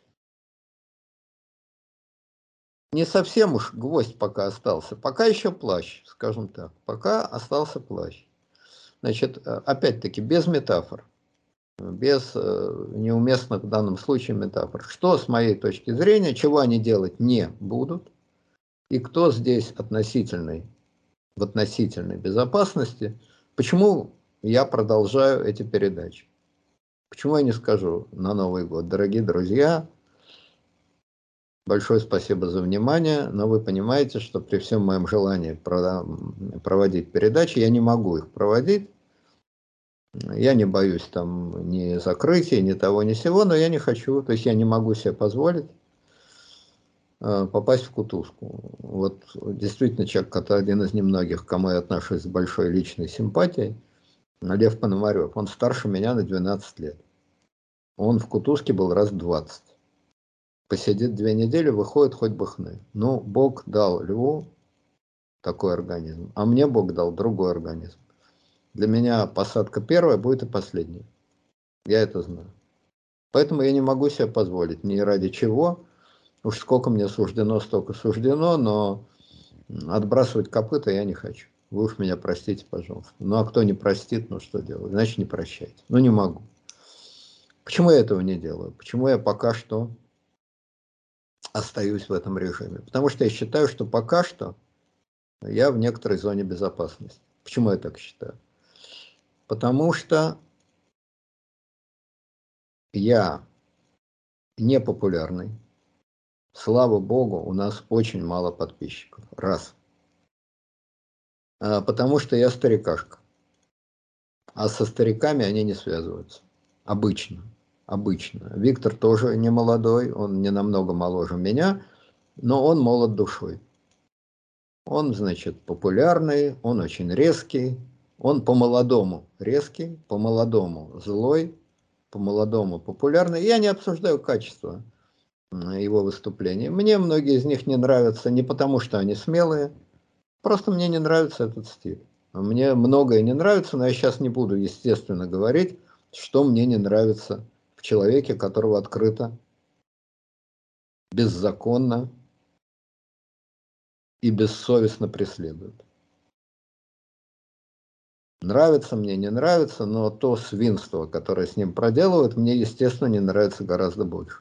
не совсем уж гвоздь пока остался, пока еще плащ, скажем так, пока остался плащ. Значит, опять-таки, без метафор, без неуместных в данном случае метафор. Что, с моей точки зрения, чего они делать не будут, и кто здесь в относительной безопасности, почему я продолжаю эти передачи. Почему я не скажу на Новый год, дорогие друзья, большое спасибо за внимание, но вы понимаете, что при всем моем желании проводить передачи, я не могу их проводить. Я не боюсь там ни закрытия, ни того, ни сего, но я не хочу, то есть я не могу себе позволить попасть в кутузку. Вот действительно человек, который один из немногих, к кому я отношусь с большой личной симпатией, Лев Пономарев, он старше меня на 12 лет. Он в кутузке был раз 20. Посидит 2 недели, выходит, хоть бы хны. Ну, Бог дал Льву такой организм, а мне Бог дал другой организм. Для меня посадка первая будет и последняя. Я это знаю. Поэтому я не могу себе позволить ни ради чего. Уж сколько мне суждено, столько суждено, но отбрасывать копыта я не хочу. Вы уж меня простите, пожалуйста. Ну, а кто не простит, ну что делать? Значит, не прощайте. Ну, не могу. Почему я этого не делаю? Почему я пока что остаюсь в этом режиме? Потому что я считаю, что пока что я в некоторой зоне безопасности. Почему я так считаю? Потому что я не популярный. Слава богу, у нас очень мало подписчиков. Раз. Потому что я старикашка. А со стариками они не связываются. Обычно. Обычно. Виктор тоже не молодой, он не намного моложе меня, но он молод душой. Он, значит, популярный, он очень резкий, он по-молодому резкий, по-молодому злой, по-молодому популярный. Я не обсуждаю качество его выступлений. Мне многие из них не нравятся не потому, что они смелые, просто мне не нравится этот стиль. Мне многое не нравится, но я сейчас не буду, естественно, говорить, что мне не нравится в человеке, которого открыто, беззаконно и бессовестно преследуют. Нравится мне, не нравится, но то свинство, которое с ним проделывают, мне, естественно, не нравится гораздо больше.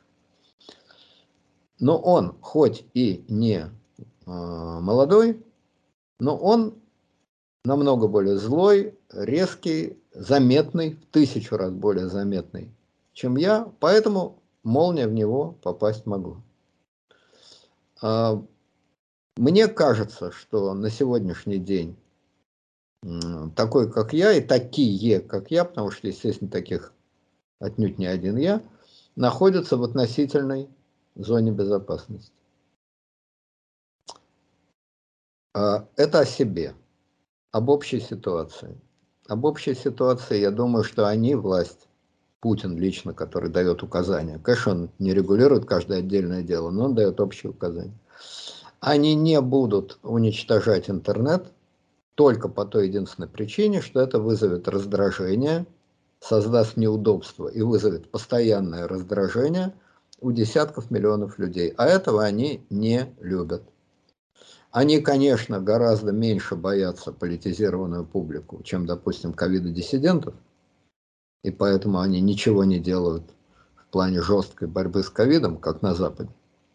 Но он, хоть и не молодой, но он намного более злой, резкий, заметный, в 1000 раз более заметный, чем я, поэтому молния в него попасть могу. Мне кажется, что на сегодняшний день такой, как я, и такие, как я, потому что, естественно, таких отнюдь не один я, находятся в относительной зоне безопасности. Это о себе, об общей ситуации. Об общей ситуации, я думаю, что они, власть, Путин лично, который дает указания, конечно, он не регулирует каждое отдельное дело, но он дает общие указания. Они не будут уничтожать интернет только по той единственной причине, что это вызовет раздражение, создаст неудобства и вызовет постоянное раздражение у десятков миллионов людей. А этого они не любят. Они, конечно, гораздо меньше боятся политизированную публику, чем, допустим, ковидодиссидентов, и поэтому они ничего не делают в плане жесткой борьбы с ковидом, как на Западе.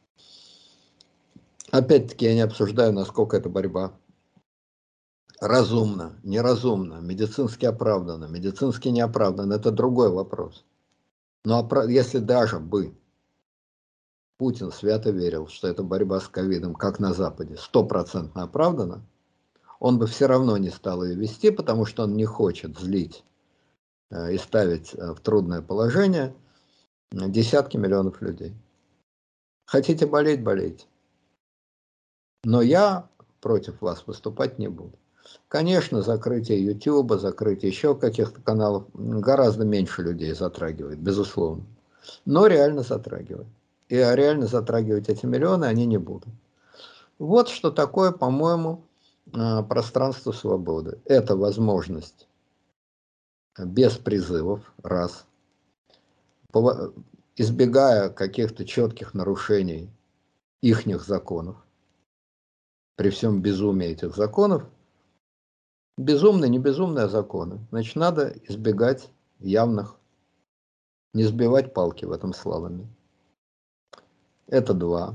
Опять-таки я не обсуждаю, насколько эта борьба разумно, неразумно, медицински оправданно, медицински неоправданно, это другой вопрос. Но если даже бы Путин свято верил, что эта борьба с ковидом, как на Западе, 100% оправдана, он бы все равно не стал ее вести, потому что он не хочет злить и ставить в трудное положение десятки миллионов людей. Хотите болеть, болейте. Но я против вас выступать не буду. Конечно, закрытие YouTube, закрытие еще каких-то каналов гораздо меньше людей затрагивает, безусловно. Но реально затрагивает. И реально затрагивать эти миллионы они не будут. Вот что такое, по-моему, пространство свободы. Это возможность без призывов, раз, избегая каких-то четких нарушений ихних законов, при всем безумии этих законов, безумные, не безумные, а законы, значит, надо избегать явных, не сбивать палки в этом слаломе. Это два.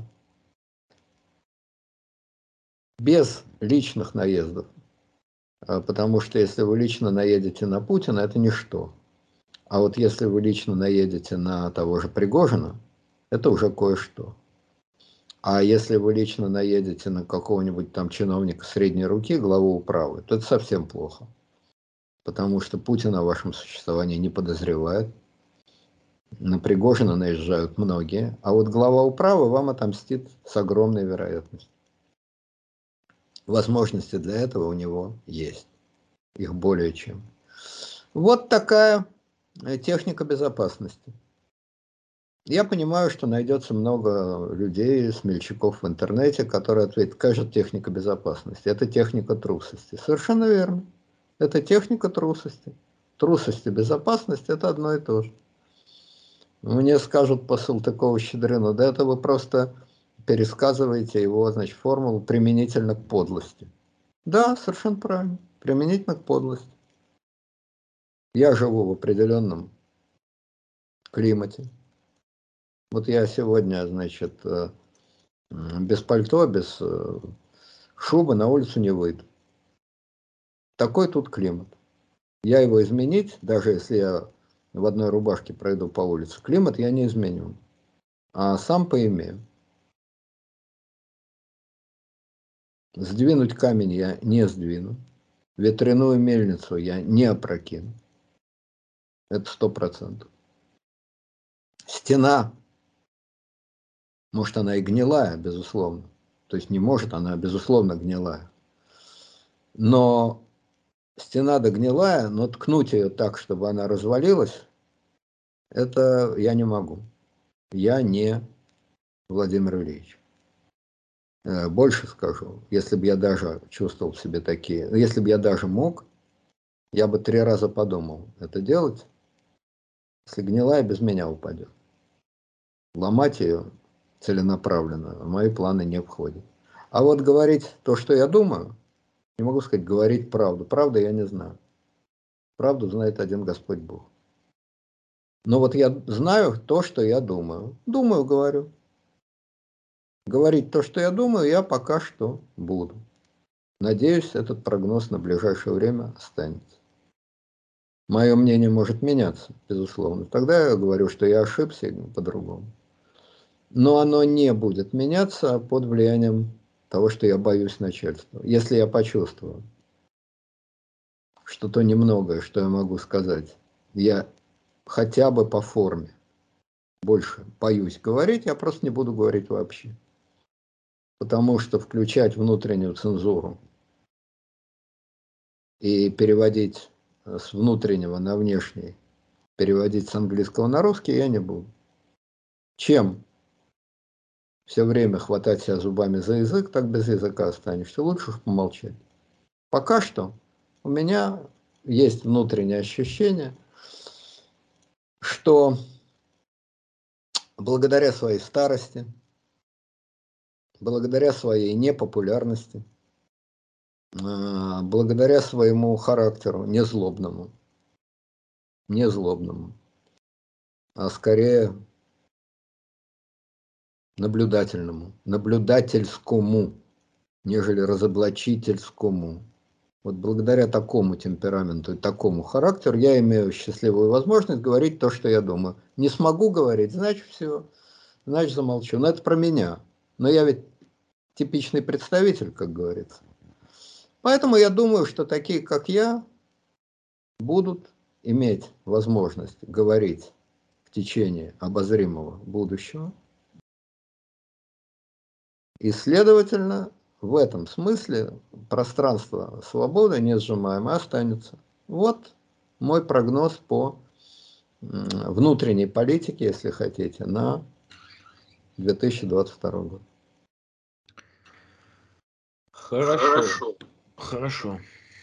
Без личных наездов, потому что если вы лично наедете на Путина, это ничто. А вот если вы лично наедете на того же Пригожина, это уже кое-что. А если вы лично наедете на какого-нибудь там чиновника средней руки, главу управы, то это совсем плохо. Потому что Путин о вашем существовании не подозревает. На Пригожина наезжают многие, а вот глава управы вам отомстит с огромной вероятностью. Возможности для этого у него есть. Их более чем. Вот такая техника безопасности. Я понимаю, что найдется много людей, смельчаков в интернете, которые ответят, какая же техника безопасности? Это техника трусости. Совершенно верно. Это техника трусости. Трусость и безопасность – это одно и то же. Мне скажут по Салтыкову-Щедрину, да это вы просто пересказываете его, значит, формулу применительно к подлости. Да, совершенно правильно. Применительно к подлости. Я живу в определенном климате. Вот я сегодня, значит, без пальто, без шубы на улицу не выйду. Такой тут климат. Я его изменить, даже если я в одной рубашке пройду по улице, климат я не изменю, а сам поимею. Сдвинуть камень я не сдвину. Ветряную мельницу я не опрокину. Это 100%. Стена, может, она и гнилая, безусловно. То есть не может, она, безусловно, гнилая. Но стена-то гнилая, но ткнуть ее так, чтобы она развалилась, это я не могу. Я не Владимир Ильич. Больше скажу, если бы я даже чувствовал в себе такие, если бы я даже мог, я бы 3 раза подумал это делать, если гнилая без меня упадет. Ломать ее целенаправленно в мои планы не входит. А вот говорить то, что я думаю, не могу сказать говорить правду. Правду я не знаю. Правду знает один Господь Бог. Но вот я знаю то, что я думаю. Думаю, говорю. Говорить то, что я думаю, я пока что буду. Надеюсь, этот прогноз на ближайшее время останется. Мое мнение может меняться, безусловно. Тогда я говорю, что я ошибся по-другому. Но оно не будет меняться под влиянием того, что я боюсь начальства. Если я почувствую, что то немногое, что я могу сказать, я хотя бы по форме больше боюсь говорить, я просто не буду говорить вообще. Потому что включать внутреннюю цензуру и переводить с внутреннего на внешний, переводить с английского на русский я не буду. Чем все время хватать себя зубами за язык, так без языка останешься. Лучше уж помолчать. Пока что у меня есть внутреннее ощущение, что благодаря своей старости, благодаря своей непопулярности, благодаря своему характеру незлобному, а скорее наблюдательному, наблюдательскому, нежели разоблачительскому. Вот благодаря такому темпераменту и такому характеру я имею счастливую возможность говорить то, что я думаю. Не смогу говорить, значит все, значит замолчу. Но это про меня. Но я ведь типичный представитель, как говорится. Поэтому я думаю, что такие, как я, будут иметь возможность говорить в течение обозримого будущего. И, следовательно, в этом смысле пространство свободы несжимаемое останется. Вот мой прогноз по внутренней политике, если хотите, на 2022 год. Хорошо. Хорошо.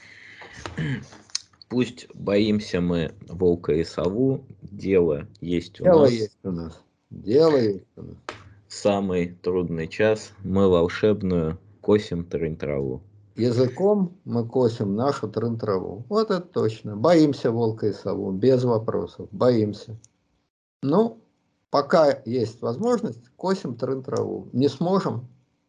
Пусть боимся мы волка и сову, дело есть у Дело нас. есть у нас. Дело есть у нас. Самый трудный час мы волшебную косим трын-траву. Языком мы косим нашу трын-траву. Вот это точно. Боимся волка и сову, без вопросов. Боимся. Ну, пока есть возможность, косим трын-траву. Не сможем.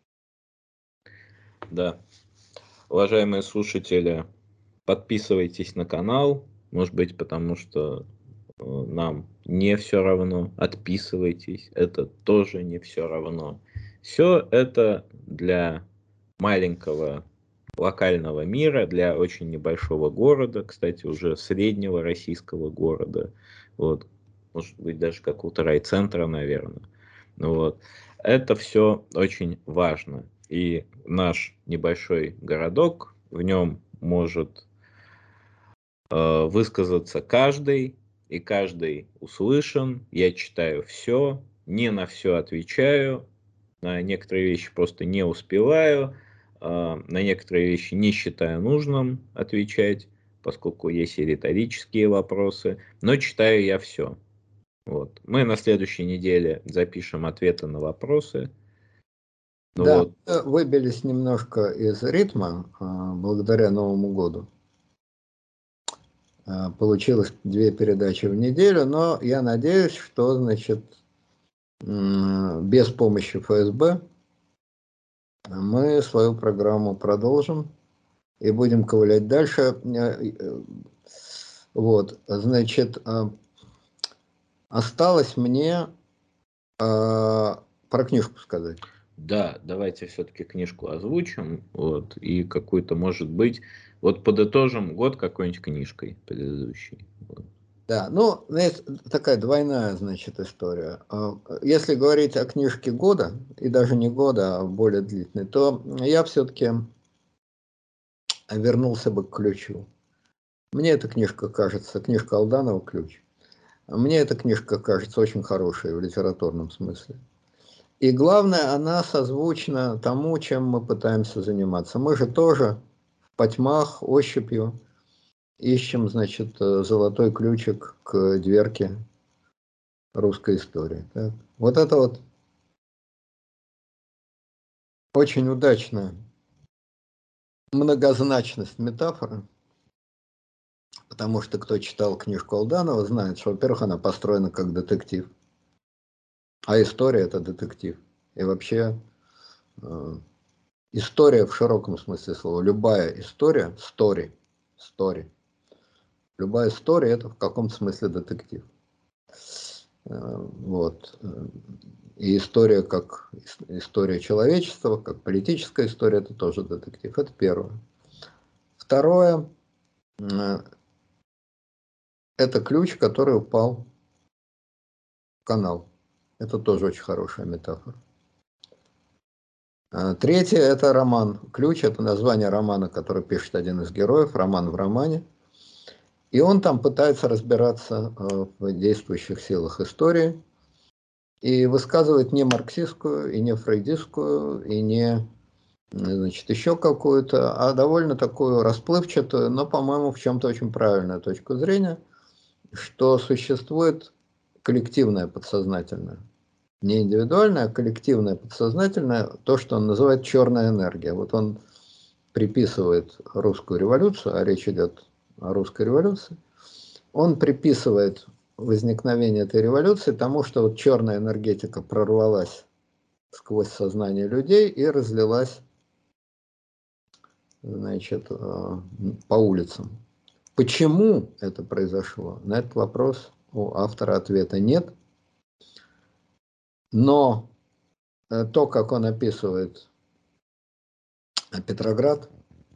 Да. Уважаемые слушатели, подписывайтесь на канал. Может быть, потому что нам не все равно. Отписывайтесь. Это тоже не все равно. Все это для маленького локального мира, для очень небольшого города, кстати, уже среднего российского города. Вот. Может быть, даже какого-то райцентра, наверное. Вот. Это все очень важно. И наш небольшой городок, в нем может высказаться каждый, и каждый услышан. Я читаю все, не на все отвечаю, на некоторые вещи просто не успеваю, на некоторые вещи не считаю нужным отвечать, поскольку есть и риторические вопросы, но читаю я все. Вот. Мы на следующей неделе запишем ответы на вопросы. Да, Вот. выбились немножко из ритма благодаря Новому году. Получилось 2 передачи в неделю, но я надеюсь, что, значит, без помощи ФСБ мы свою программу продолжим и будем ковылять дальше. Вот, значит, осталось мне про книжку сказать. Да, давайте все-таки книжку озвучим, вот, и какую-то, может быть, вот подытожим год какой-нибудь книжкой предыдущей. Вот. Да, ну, есть такая двойная, значит, история. Если говорить о книжке года, и даже не года, а более длительной, то я все-таки вернулся бы к ключу. Мне эта книжка кажется, книжка Алданова «Ключ», мне эта книжка кажется очень хорошей в литературном смысле. И главное, она созвучна тому, чем мы пытаемся заниматься. Мы же тоже в потьмах, ощупью ищем, значит, золотой ключик к дверке русской истории. Так? Вот это вот очень удачная многозначность метафоры, потому что кто читал книжку Алданова, знает, что, во-первых, она построена как детектив, а история – это детектив. И вообще история в широком смысле слова, любая история, story, любая история – это в каком-то смысле детектив. Вот. И история как история человечества, как политическая история, это тоже детектив. Это первое. Второе, это ключ, который упал в канал. Это тоже очень хорошая метафора. Третье, это роман. Ключ – это название романа, который пишет один из героев, роман в романе. И он там пытается разбираться в действующих силах истории и высказывает не марксистскую, и не фрейдистскую, и не, значит, еще какую-то, а довольно такую расплывчатую, но, по-моему, в чем-то очень правильную точку зрения, что существует коллективное подсознательное. Не индивидуальное, а коллективное подсознательное, то, что он называет черная энергия. Вот он приписывает русскую революцию, а речь идет о русской революции, он приписывает возникновение этой революции тому, что вот черная энергетика прорвалась сквозь сознание людей и разлилась, значит, по улицам. Почему это произошло? На этот вопрос у автора ответа нет. Но то, как он описывает Петроград,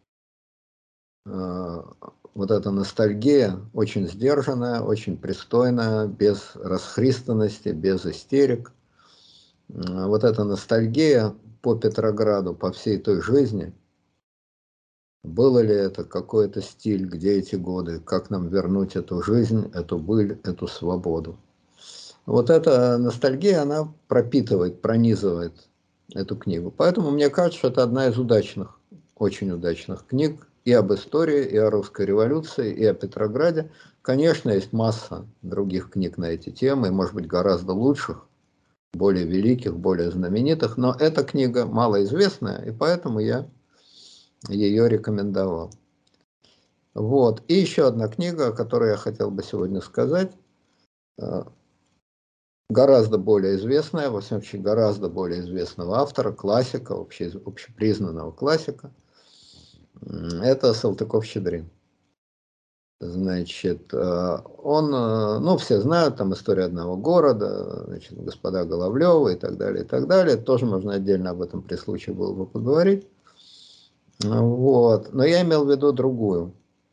вот эта ностальгия очень сдержанная, очень пристойная, без расхристанности, без истерик. Вот эта ностальгия по Петрограду, по всей той жизни, было ли это какой-то стиль, где эти годы, как нам вернуть эту жизнь, эту быль, эту свободу. Вот эта ностальгия, она пропитывает, пронизывает эту книгу. Поэтому мне кажется, что это одна из удачных, очень удачных книг и об истории, и о русской революции, и о Петрограде. Конечно, есть масса других книг на эти темы, и, может быть, гораздо лучших, более великих, более знаменитых, но эта книга малоизвестная, и поэтому я ее рекомендовал. Вот. И еще одна книга, о которой я хотел бы сегодня сказать, гораздо более известная, во всяком случае, гораздо более известного автора, классика, общепризнанного классика, это Салтыков-Щедрин. Значит, он, ну, все знают, там «История одного города», значит, «Господа Головлёвы» и так далее, и так далее. Тоже можно отдельно об этом при случае было бы поговорить. Вот. Но я имел в виду другую,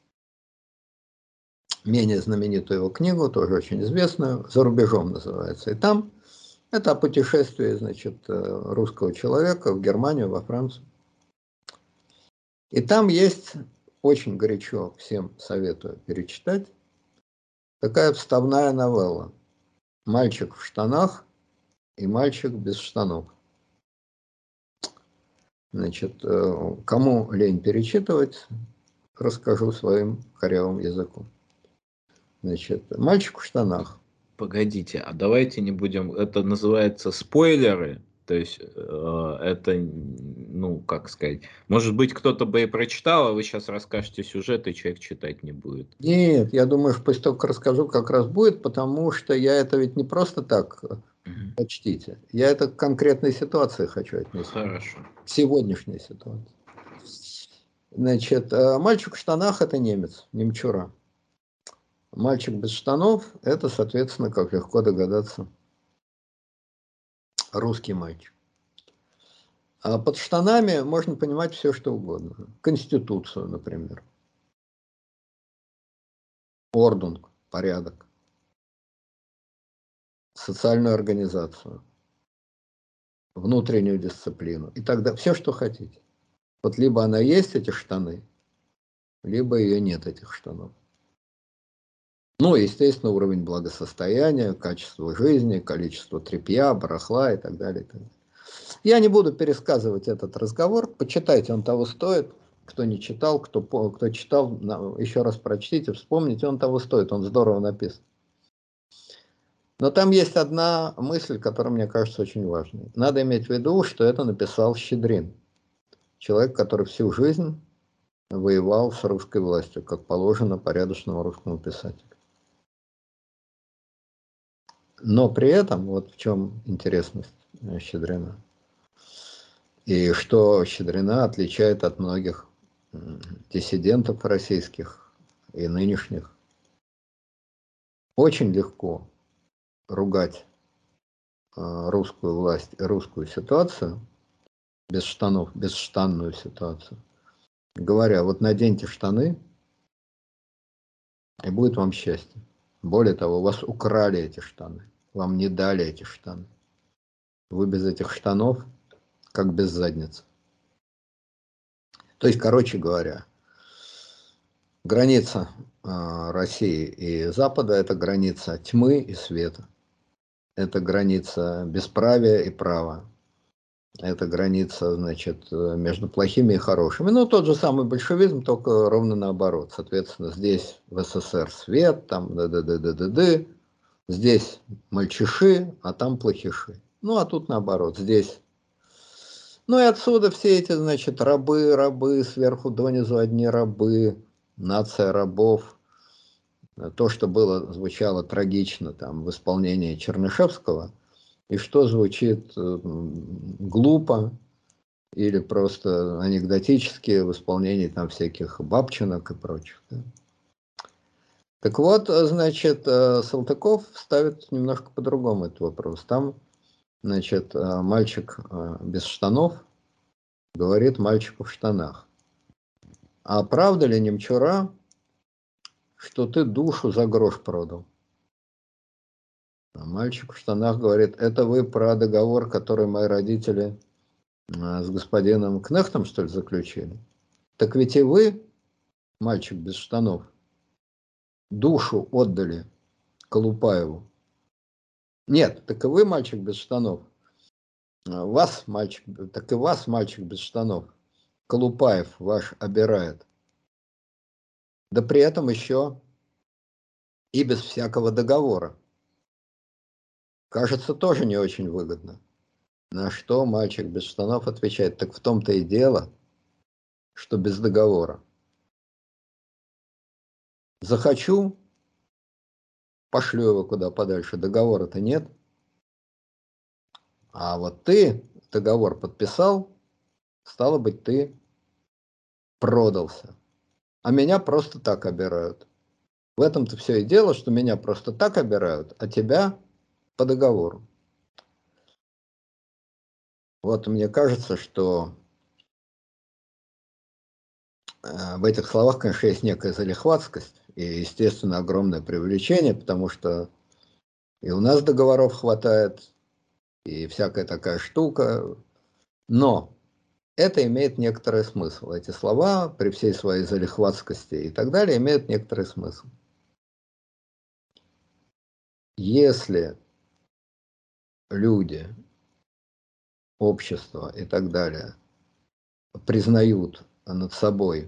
менее знаменитую его книгу, тоже очень известную, «За рубежом» называется. И там это о путешествии, значит, русского человека в Германию, во Францию. И там есть, очень горячо всем советую перечитать, такая вставная новелла «Мальчик в штанах и мальчик без штанов». Значит, кому лень перечитывать, расскажу своим корявым языком. Значит, «Мальчик в штанах». Погодите, а давайте не будем, это называется спойлеры, то есть это, ну, как сказать, может быть, кто-то бы и прочитал, а вы сейчас расскажете сюжет, и человек читать не будет. Нет, я думаю, что после того, как расскажу, как раз будет, потому что я это ведь не просто так почтите. Я это к конкретной ситуации хочу отнести. Хорошо. К сегодняшней ситуации. Значит, мальчик в штанах – это немец, немчура. Мальчик без штанов – это, соответственно, как легко догадаться, русский мальчик. А под штанами можно понимать все, что угодно. Конституцию, например. Ордунг, порядок. Социальную организацию. Внутреннюю дисциплину. И тогда все, что хотите. Вот либо она есть, эти штаны, либо ее нет, этих штанов. Ну, естественно, уровень благосостояния, качество жизни, количество тряпья, барахла и так далее. И так далее. Я не буду пересказывать этот разговор. Почитайте, он того стоит. Кто не читал, кто читал, еще раз прочтите, вспомните, он того стоит, он здорово написан. Но там есть одна мысль, которая мне кажется очень важной. Надо иметь в виду, что это написал Щедрин. Человек, который всю жизнь воевал с русской властью, как положено порядочному русскому писателю. Но при этом, вот в чем интересность Щедрина, и что Щедрина отличает от многих диссидентов российских и нынешних. Очень легко ругать русскую власть и русскую ситуацию, без штанов, бесштанную ситуацию, говоря, вот наденьте штаны, и будет вам счастье. Более того, у вас украли эти штаны, вам не дали эти штаны. Вы без этих штанов, как без задницы. То есть, короче говоря, граница России и Запада – это граница тьмы и света. Это граница бесправия и права. Это граница, значит, между плохими и хорошими. Ну, тот же самый большевизм, только ровно наоборот. Соответственно, здесь в СССР свет, там д-д-д-д-д-д. Здесь мальчиши, а там плохиши. Ну, а тут наоборот. Здесь. Ну, и отсюда все эти, значит, рабы, сверху донизу одни рабы, нация рабов. То, что было, звучало трагично там в исполнении Чернышевского, и что звучит глупо или просто анекдотически в исполнении там всяких бабчинок и прочих. Да. Так вот, значит, Салтыков ставит немножко по-другому этот вопрос. Там, значит, мальчик без штанов говорит мальчику в штанах. А правда ли, немчура, что ты душу за грош продал? А мальчик в штанах говорит, это вы про договор, который мои родители с господином Кнехтом, что ли, заключили? Так ведь и вы, мальчик без штанов, душу отдали Колупаеву. Нет, так и вы, мальчик без штанов. Вас, мальчик, так и вас, мальчик без штанов, Колупаев ваш обирает. Да при этом еще и без всякого договора. Кажется, тоже не очень выгодно. На что мальчик без штанов отвечает, так в том-то и дело, что без договора. Захочу, пошлю его куда подальше, договора-то нет. А вот ты договор подписал, стало быть, ты продался. А меня просто так обирают. В этом-то все и дело, что меня просто так обирают, а тебя по договору. Вот мне кажется, что в этих словах, конечно, есть некая залихватскость и, естественно, огромное преувеличение, потому что и у нас договоров хватает, и всякая такая штука. Но это имеет некоторый смысл. Эти слова, при всей своей залихватскости и так далее, имеют некоторый смысл. Если люди, общество и так далее признают над собой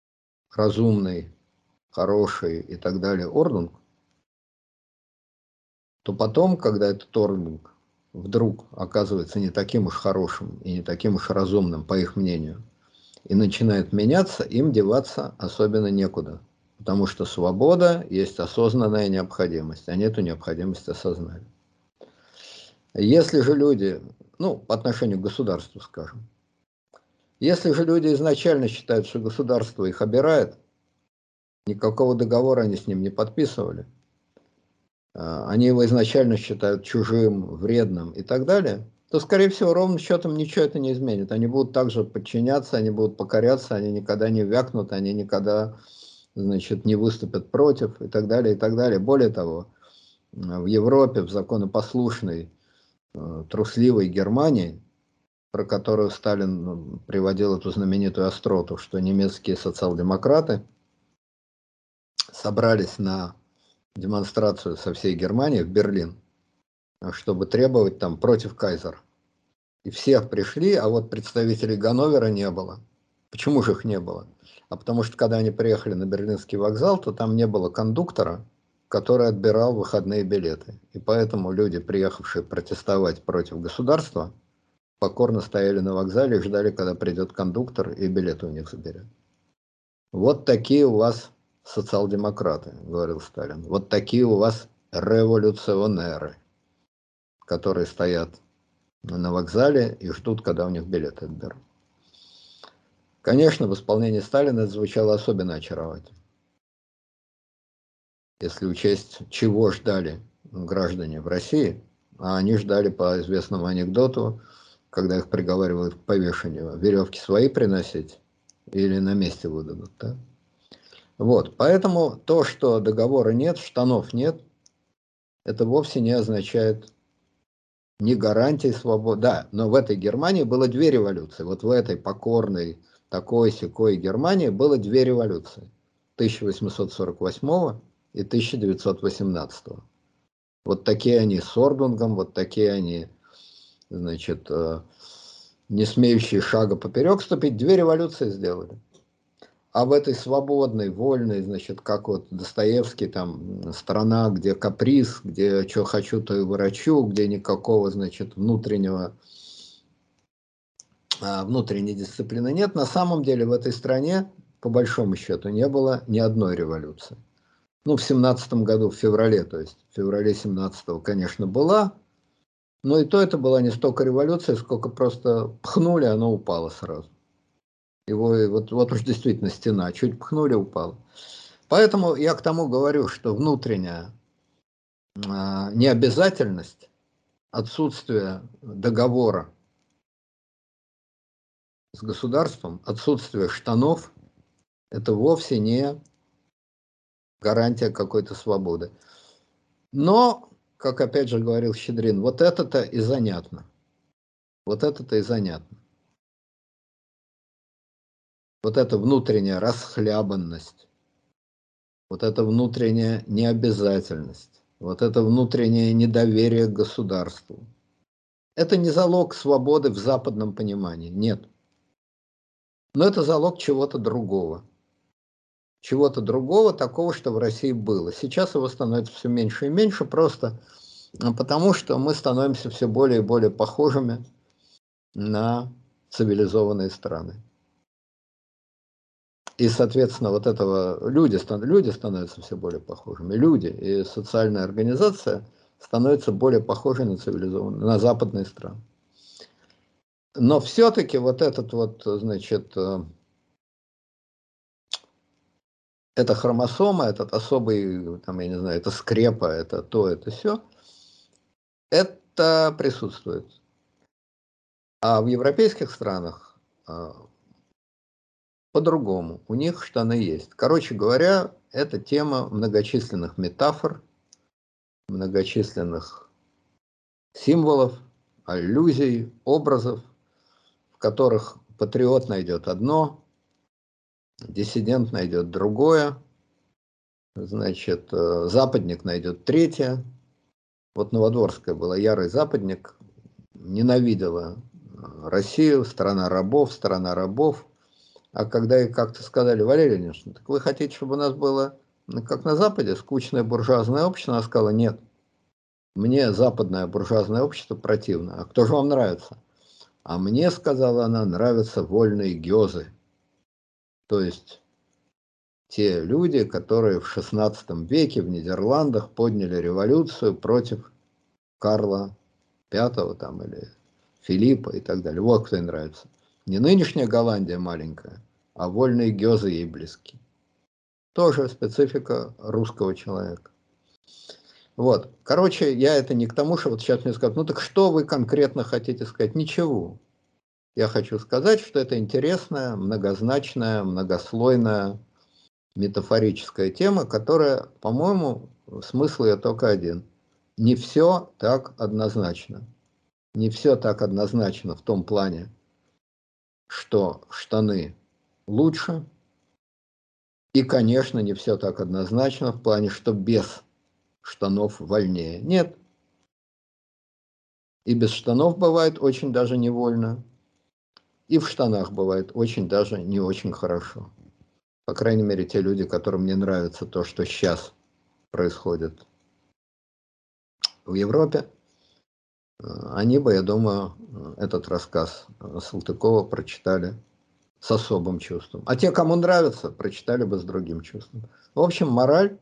разумный, хороший и так далее орден, то потом, когда этот орган вдруг оказывается не таким уж хорошим и не таким уж разумным, по их мнению, и начинает меняться, им деваться особенно некуда. Потому что свобода есть осознанная необходимость. Они эту необходимость осознали. Если же люди, ну, по отношению к государству, скажем, если же люди изначально считают, что государство их обирает, никакого договора они с ним не подписывали, они его изначально считают чужим, вредным и так далее, то, скорее всего, ровным счетом ничего это не изменит. Они будут также подчиняться, они будут покоряться, они никогда не вякнут, они никогда, значит, не выступят против и так далее, и так далее. Более того, в Европе, в законопослушной, трусливой Германии, про которую Сталин приводил эту знаменитую остроту, что немецкие социал-демократы собрались на демонстрацию со всей Германии в Берлин, чтобы требовать там против кайзера. И всех пришли, а вот представителей Ганновера не было. Почему же их не было? А потому что, когда они приехали на Берлинский вокзал, то там не было кондуктора, который отбирал выходные билеты. И поэтому люди, приехавшие протестовать против государства, покорно стояли на вокзале и ждали, когда придет кондуктор и билеты у них заберет. Вот такие у вас социал-демократы, говорил Сталин. Вот такие у вас революционеры, которые стоят на вокзале и ждут, когда у них билеты отберут. Конечно, в исполнении Сталина это звучало особенно очаровательно. Если учесть, чего ждали граждане в России, а они ждали по известному анекдоту, когда их приговаривают к повешению, веревки свои приносить или на месте выдадут. Да? Вот, поэтому то, что договора нет, штанов нет, это вовсе не означает ни гарантии свободы. Да, но в этой Германии было две революции. Вот в этой покорной, такой-сякой Германии было две революции. 1848 и 1918. Вот такие они с Ордунгом, вот такие они, значит, не смеющие шага поперек ступить, две революции сделали. А в этой свободной, вольной, значит, как вот Достоевский, там, страна, где каприз, где что хочу, то и ворочу, где никакого, значит, внутренней дисциплины нет, на самом деле в этой стране, по большому счету, не было ни одной революции. Ну, в 17 году, в феврале, то есть в феврале 17-го, конечно, была, но и то это была не столько революция, сколько просто пхнули, оно упало сразу. Его вот уж действительно стена, чуть пхнули, упала. Поэтому я к тому говорю, что внутренняя необязательность, отсутствие договора с государством, отсутствие штанов, это вовсе не гарантия какой-то свободы. Но, как опять же говорил Щедрин, вот это-то и занятно. Вот это-то и занятно. Вот эта внутренняя расхлябанность, вот эта внутренняя необязательность, вот это внутреннее недоверие к государству. Это не залог свободы в западном понимании, нет. Но это залог чего-то другого. Чего-то другого, такого, что в России было. Сейчас его становится все меньше и меньше, просто потому что мы становимся все более и более похожими на цивилизованные страны. И, соответственно, вот этого люди становятся все более похожими. Люди и социальная организация становятся более похожи на цивилизованные, на западные страны. Но все-таки вот этот вот, значит, эта хромосома, этот особый, там, я не знаю, это скрепа, это то, это все, это присутствует. А в европейских странах по-другому. У них штаны есть. Короче говоря, это тема многочисленных метафор, многочисленных символов, аллюзий, образов, в которых патриот найдет одно, диссидент найдет другое, значит, западник найдет третье. Вот Новодворская была ярый западник, ненавидела Россию, страна рабов. А когда ей как-то сказали: Валерий Ильич, так вы хотите, чтобы у нас было, как на Западе, скучное буржуазное общество? Она сказала: нет, мне западное буржуазное общество противно. А кто же вам нравится? А мне, сказала она, нравятся вольные гёзы. То есть те люди, которые в XVI веке в Нидерландах подняли революцию против Карла V там, или Филиппа и так далее. Вот кто ей нравится. Не нынешняя Голландия маленькая, а вольные гёзы ей близки. Тоже специфика русского человека. Вот. Короче, я это не к тому, что вот сейчас мне скажут, ну так что вы конкретно хотите сказать? Ничего. Я хочу сказать, что это интересная, многозначная, многослойная, метафорическая тема, которая, по-моему, смысл ее только один. Не все так однозначно. Не все так однозначно в том плане, что штаны лучше. И, конечно, не все так однозначно в плане, что без штанов вольнее. Нет. И без штанов бывает очень даже невольно. И в штанах бывает очень даже не очень хорошо. По крайней мере, те люди, которым не нравится то, что сейчас происходит в Европе, они бы, я думаю, этот рассказ Салтыкова прочитали с особым чувством. А те, кому нравится, прочитали бы с другим чувством. В общем, мораль: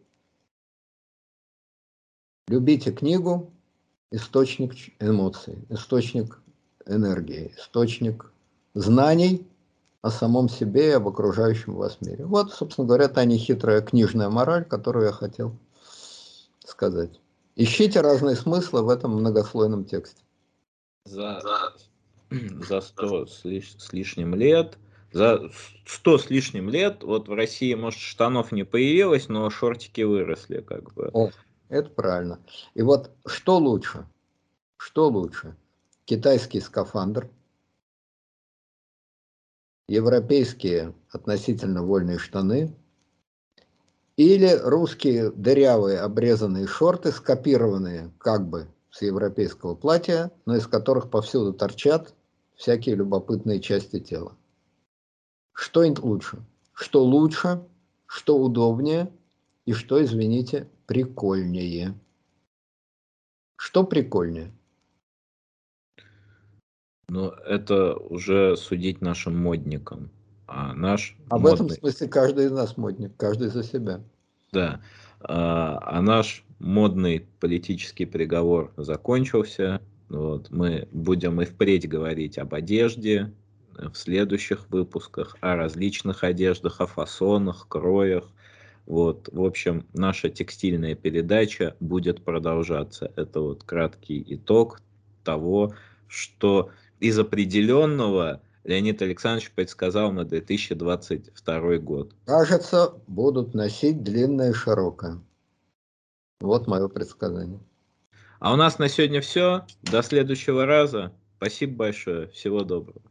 любите книгу, источник эмоций, источник энергии, источник знаний о самом себе и об окружающем вас мире. Вот, собственно говоря, та нехитрая книжная мораль, которую я хотел сказать. Ищите разные смыслы в этом многослойном тексте. За 100 с лишним лет, за 100 с лишним лет, вот в России, может, штанов не появилось, но шортики выросли, как бы. О, это правильно. И вот что лучше? Что лучше? Китайский скафандр, европейские относительно вольные штаны или русские дырявые обрезанные шорты, скопированные как бы с европейского платья, но из которых повсюду торчат всякие любопытные части тела. Что лучше? Что лучше, что удобнее и что, извините, прикольнее? Что прикольнее? Но это уже судить нашим модникам. А наш А в этом модный, смысле каждый из нас модник, каждый за себя. да, а наш модный политический приговор закончился. Вот, мы будем и впредь говорить об одежде в следующих выпусках, о различных одеждах, о фасонах, кроях. Вот, в общем, наша текстильная передача будет продолжаться. Это вот краткий итог того, что из определенного Леонид Александрович предсказал на 2022 год. Кажется, будут носить длинное и широкое. Вот мое предсказание. А у нас на сегодня все. До следующего раза. Спасибо большое. Всего доброго.